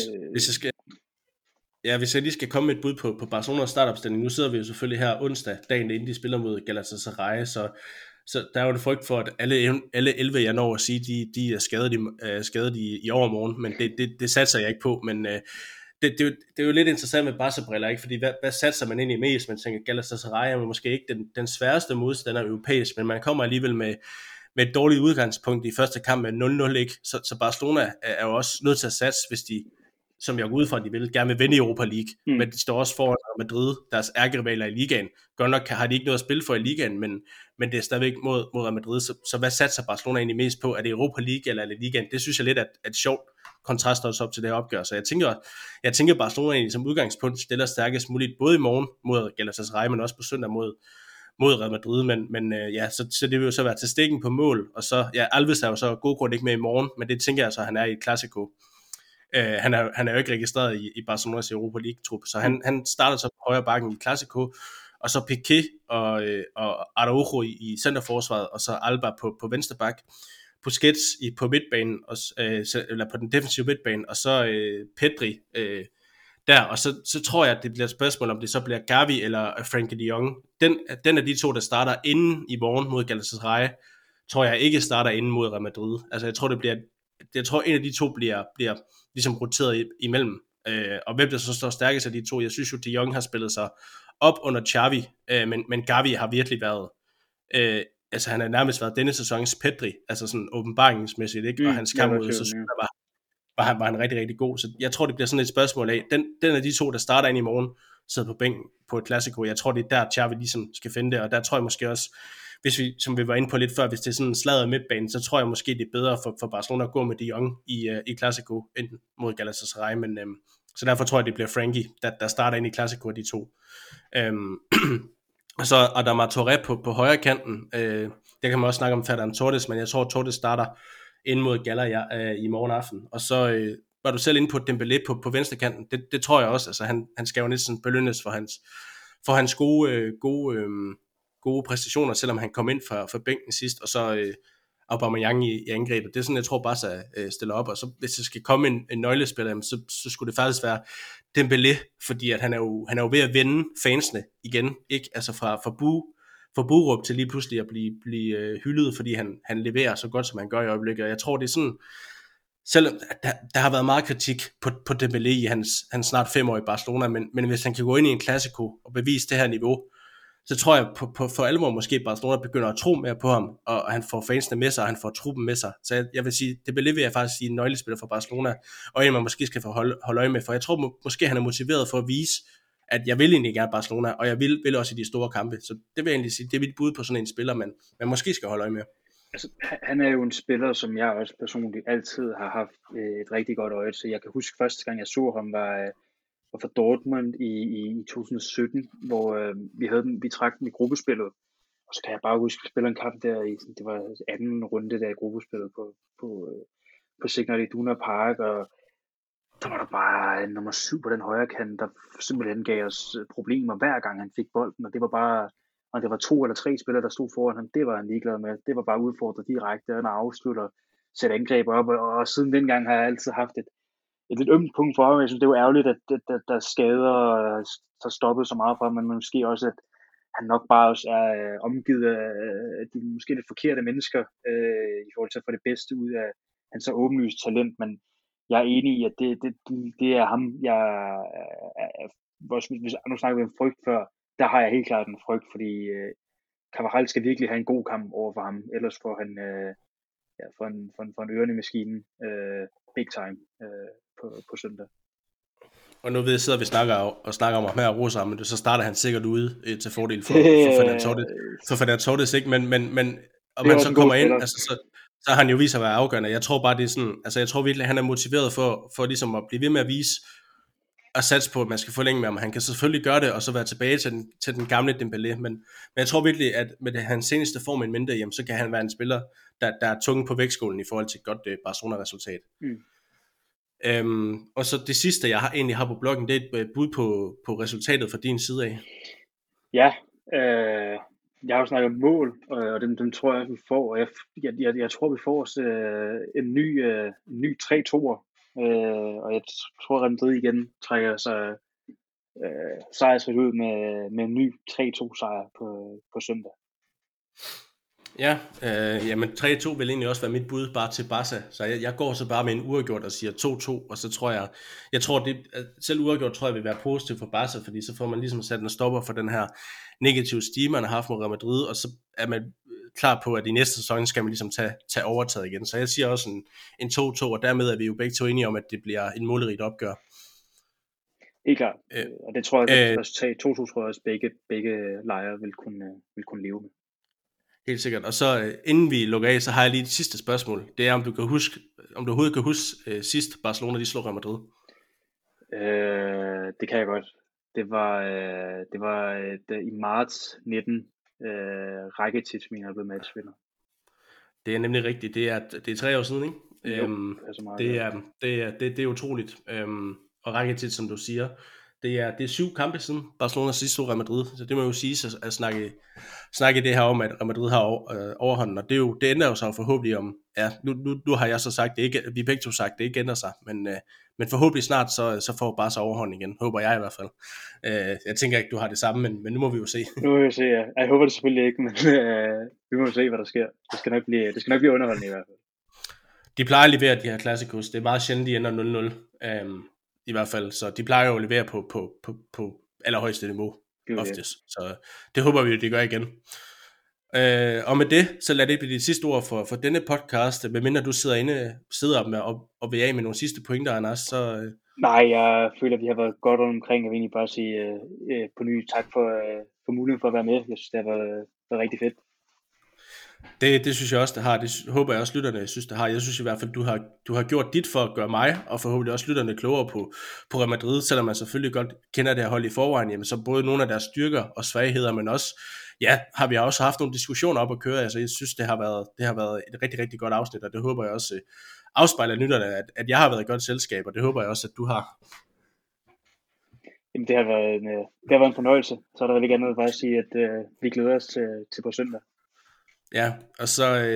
Hvis jeg lige skal komme med et bud på Barcelonas startopstilling, nu sidder vi jo selvfølgelig her onsdag, dagen inden de spiller mod Galatasaray, så der er jo en frygt for, at alle 11, jeg når at sige, de er skadet i overmorgen, men det satser jeg ikke på, men det er jo lidt interessant med Barca-briller, ikke? Fordi hvad satser man ind i mest? Man tænker, Galatasaray er måske ikke den sværeste modstander europæisk, men man kommer alligevel med et dårligt udgangspunkt i første kamp med 0-0, ikke? Så Barcelona er jo også nødt til at satse, hvis de, som jeg går ud fra, de vil, gerne vil vinde Europa League, men de står også foran Madrid, deres ærkerivaler i ligaen. Godt nok har de ikke noget at spille for i ligaen, men det er stadigvæk mod Real Madrid, så hvad satser Barcelona egentlig mest på? Er det Europa League eller er det ligaen? Det synes jeg lidt er et sjovt kontrast også op til det her opgør, så jeg tænker Barcelona egentlig som udgangspunkt stiller stærkest muligt, både i morgen mod Galatasaray, men også på søndag mod Real Madrid, men så det vil jo så være til stikken på mål, og så, Alves er jo så god grund ikke med i morgen, men det tænker jeg så, han er i et Clasico. Han er jo ikke registreret i Barcelonas Europa League-trup, så han starter så på højre bakken i Clasico, og så Piqué og Araujo i centerforsvaret, og så Alba på venstre bak, Busquets på midtbanen, eller på den defensive midtbane, og så Pedri der, og så tror jeg, at det bliver et spørgsmål, om det så bliver Gavi eller Frenkie de Jong. Den af de to, der starter inden i morgen mod Galatasaray, tror jeg ikke starter inden mod Real Madrid. Altså jeg tror en af de to bliver ligesom roteret imellem. Og hvem der så står stærkest af de to, jeg synes jo, de Jong har spillet sig op under Xavi, men Gavi har virkelig været, altså han har nærmest været denne sæsons Pedri, altså sådan åbenbaringsmæssigt, ikke? Og hans kamp mod Osasuna var han rigtig, rigtig god. Så jeg tror, det bliver sådan et spørgsmål af, den af de to, der starter ind i morgen, sidder på bænken på et Clasico. Jeg tror, det er der, Xavi ligesom skal finde det, og der tror jeg måske også, hvis vi, som vi var inde på lidt før, hvis det er sådan en sladder midtbane, så tror jeg måske, det er bedre for Barcelona at gå med de Jong i Clasico, enten mod Galatasaray, men så derfor tror jeg, det bliver Frenkie, der starter ind i Clasico af de to. Og så Adama Touré på højre kanten, der kan man også snakke om Ferran Torres, men jeg tror, Torres starter ind mod Gala i morgen aften. Og så var du selv inde på Dembélé på venstre kanten. Det tror jeg også. Altså han skal jo næsten belønnes for hans gode præstationer, selvom han kom ind for bænken sidst, og så Aubameyang i angrebet. Det er sådan, jeg tror bare stiller op, og så hvis der skal komme en nøglespiller, så skulle det faktisk være Dembélé, fordi at han er jo ved at vende fansene igen, ikke? Altså fra Borup til lige pludselig at blive hyldet, fordi han leverer så godt, som han gør i øjeblikket. Og jeg tror, det er sådan, selvom der har været meget kritik på Dembélé i hans snart 5 år i Barcelona, men hvis han kan gå ind i en Clasico og bevise det her niveau, så tror jeg for alvor måske Barcelona begynder at tro mere på ham, og han får fansene med sig, og han får truppen med sig. Så jeg vil sige, det vil jeg faktisk sige en nøglespiller for Barcelona, og en man måske skal få holde øje med, for jeg tror måske han er motiveret for at vise, at jeg vil egentlig gerne Barcelona, og jeg vil også i de store kampe. Så det vil jeg egentlig sige, det er mit bud på sådan en spiller, man måske skal holde øje med. Altså, han er jo en spiller, som jeg også personligt altid har haft et rigtig godt øje til. Jeg kan huske første gang, jeg så ham, var for Dortmund i 2017, hvor vi trak dem i gruppespillet. Og så kan jeg bare huske, at vi spillede en kamp der det var anden runde der i gruppespillet på Signal Iduna Park, og der var der bare nummer 7 på den højre kant, der simpelthen gav os problemer hver gang han fik bolden, og det var bare, og det var 2 eller 3 spillere, der stod foran ham, det var han ligeglad med. Det var bare udfordret direkte, og han afslutter, sætter angreb op, og siden dengang har jeg altid haft et lidt ømt punkt for ham. Jeg synes, det var ærgerligt, at der skader så stoppede så meget for ham, men måske også, at han nok bare også er omgivet af de måske lidt forkerte mennesker i forhold til at få det bedste ud af hans så åbenlyst talent, men jeg er enig i, at det er ham, jeg hvis nu snakker vi om frygt før, der har jeg helt klart en frygt, fordi Carvajal skal virkelig have en god kamp over for ham, ellers får han for en ørerne maskine big time på søndag. Og nu sidder vi og snakker om ham her og roser ham, men så starter han sikkert ude til fordel for Fernan Torres, ikke? Men om han så kommer ind, altså, så har han jo vist at være afgørende. Jeg tror bare, det er sådan, altså jeg tror virkelig, at han er motiveret for ligesom at blive ved med at vise og satse på, at man skal forlænge med ham. Han kan selvfølgelig gøre det, og så være tilbage til den gamle Dembélé, men jeg tror virkelig, at med hans seneste form en mindre hjem, så kan han være en spiller, der er tunge på vægtskålen i forhold til et godt Barcelona-resultat. Og så det sidste, jeg egentlig har på bloggen, det er et bud på resultatet fra din side af. Ja, jeg har jo snakket om mål, og dem tror jeg, vi får. Og jeg tror, vi får os en ny 3-2'er. Og jeg tror, at Real Madrid igen trækker sig sejrsfrit ud med en ny 3-2 sejr på søndag. Ja, jamen 3-2 vil egentlig også være mit bud bare til Barca, så jeg går så bare med en uafgjort og siger 2-2, og så tror jeg tror det, selv uafgjort tror jeg vil være positivt for Barca, fordi så får man ligesom sat en stopper for den her negative stime, man har haft mod Real Madrid, og så er man klar på, at i næste sæson skal man ligesom tage overtaget igen, så jeg siger også en 2-2, og dermed er vi jo begge to enige om, at det bliver en målrigt opgør. Helt klart, og det tror jeg, at resultat 2-2 tror jeg også begge lejre vil kunne leve med. Helt sikkert. Og så inden vi lukker af, så har jeg lige et sidste spørgsmål. Det er, om du overhovedet kan huske sidst Barcelona de slog Real Madrid. Det kan jeg godt. Det var i marts 19 Rakitic, mener jeg, blev matchvinder. Det er nemlig rigtigt. Det er 3 år siden, ikke? Jo, det er utroligt. Og Rakitic, som du siger, det er 7 kampe siden Barcelona sidst slog Real Madrid, så det må jo sige at snakke det her om, at Real Madrid har overhånden, og det ændrer jo sig forhåbentlig om, ja, nu har jeg så sagt det ikke, vi begge to sagt det ikke ændrer sig, men forhåbentlig snart så får Barca overhånden igen, håber jeg i hvert fald. Jeg tænker ikke, du har det samme, men nu må vi jo se. Nu må vi jo se, ja. Jeg håber det selvfølgelig ikke, men vi må jo se, hvad der sker. Det skal nok blive underholdende i hvert fald. De plejer at levere de her klassikos, det er meget sjældent, de ender 0-0. I hvert fald, så de plejer jo at levere på allerhøjeste niveau oftest, så det håber vi jo, de gør igen. Og med det, så lad det blive dit sidste ord for denne podcast, medmindre du sidder med og vil af med nogle sidste pointer, Anders, så... Nej, jeg føler, at vi har været godt omkring, jeg vil egentlig bare sige på ny tak for muligheden for at være med. Jeg synes, det har været rigtig fedt. Det synes jeg også, det har. Det håber jeg også, lytterne synes, det har. Jeg synes i hvert fald, du har gjort dit for at gøre mig, og forhåbentlig også lytterne klogere på Real Madrid, selvom man selvfølgelig godt kender det her hold i forvejen, jamen, så både nogle af deres styrker og svagheder, men også, ja, har vi også haft nogle diskussioner op at køre. Altså, jeg synes, det har været et rigtig, rigtig godt afsnit, og det håber jeg også afspejler lytterne, at jeg har været et godt selskab, og det håber jeg også, at du har. Jamen, det har været en fornøjelse. Så er der vel ikke andet at bare sige, at vi glæder os til på søndag. Ja, og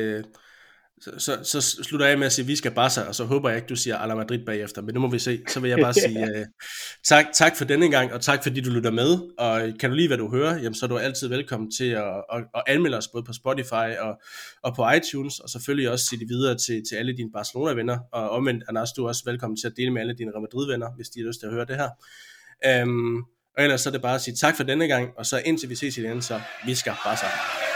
så slutter jeg med at sige, at vi skal Barca, og så håber jeg ikke, du siger Ala Madrid bagefter, men nu må vi se. Så vil jeg bare sige tak for denne gang, og tak fordi du lytter med, og kan du lide, hvad du hører, jamen, så er du altid velkommen til at anmelde os både på Spotify og på iTunes, og selvfølgelig også sige det videre til alle dine Barcelona-venner, og omvendt, Anders, du er også velkommen til at dele med alle dine Real Madrid-venner, hvis de har lyst til at høre det her. Og ellers så er det bare at sige tak for denne gang, og så indtil vi ses igen, så vi skal Barca.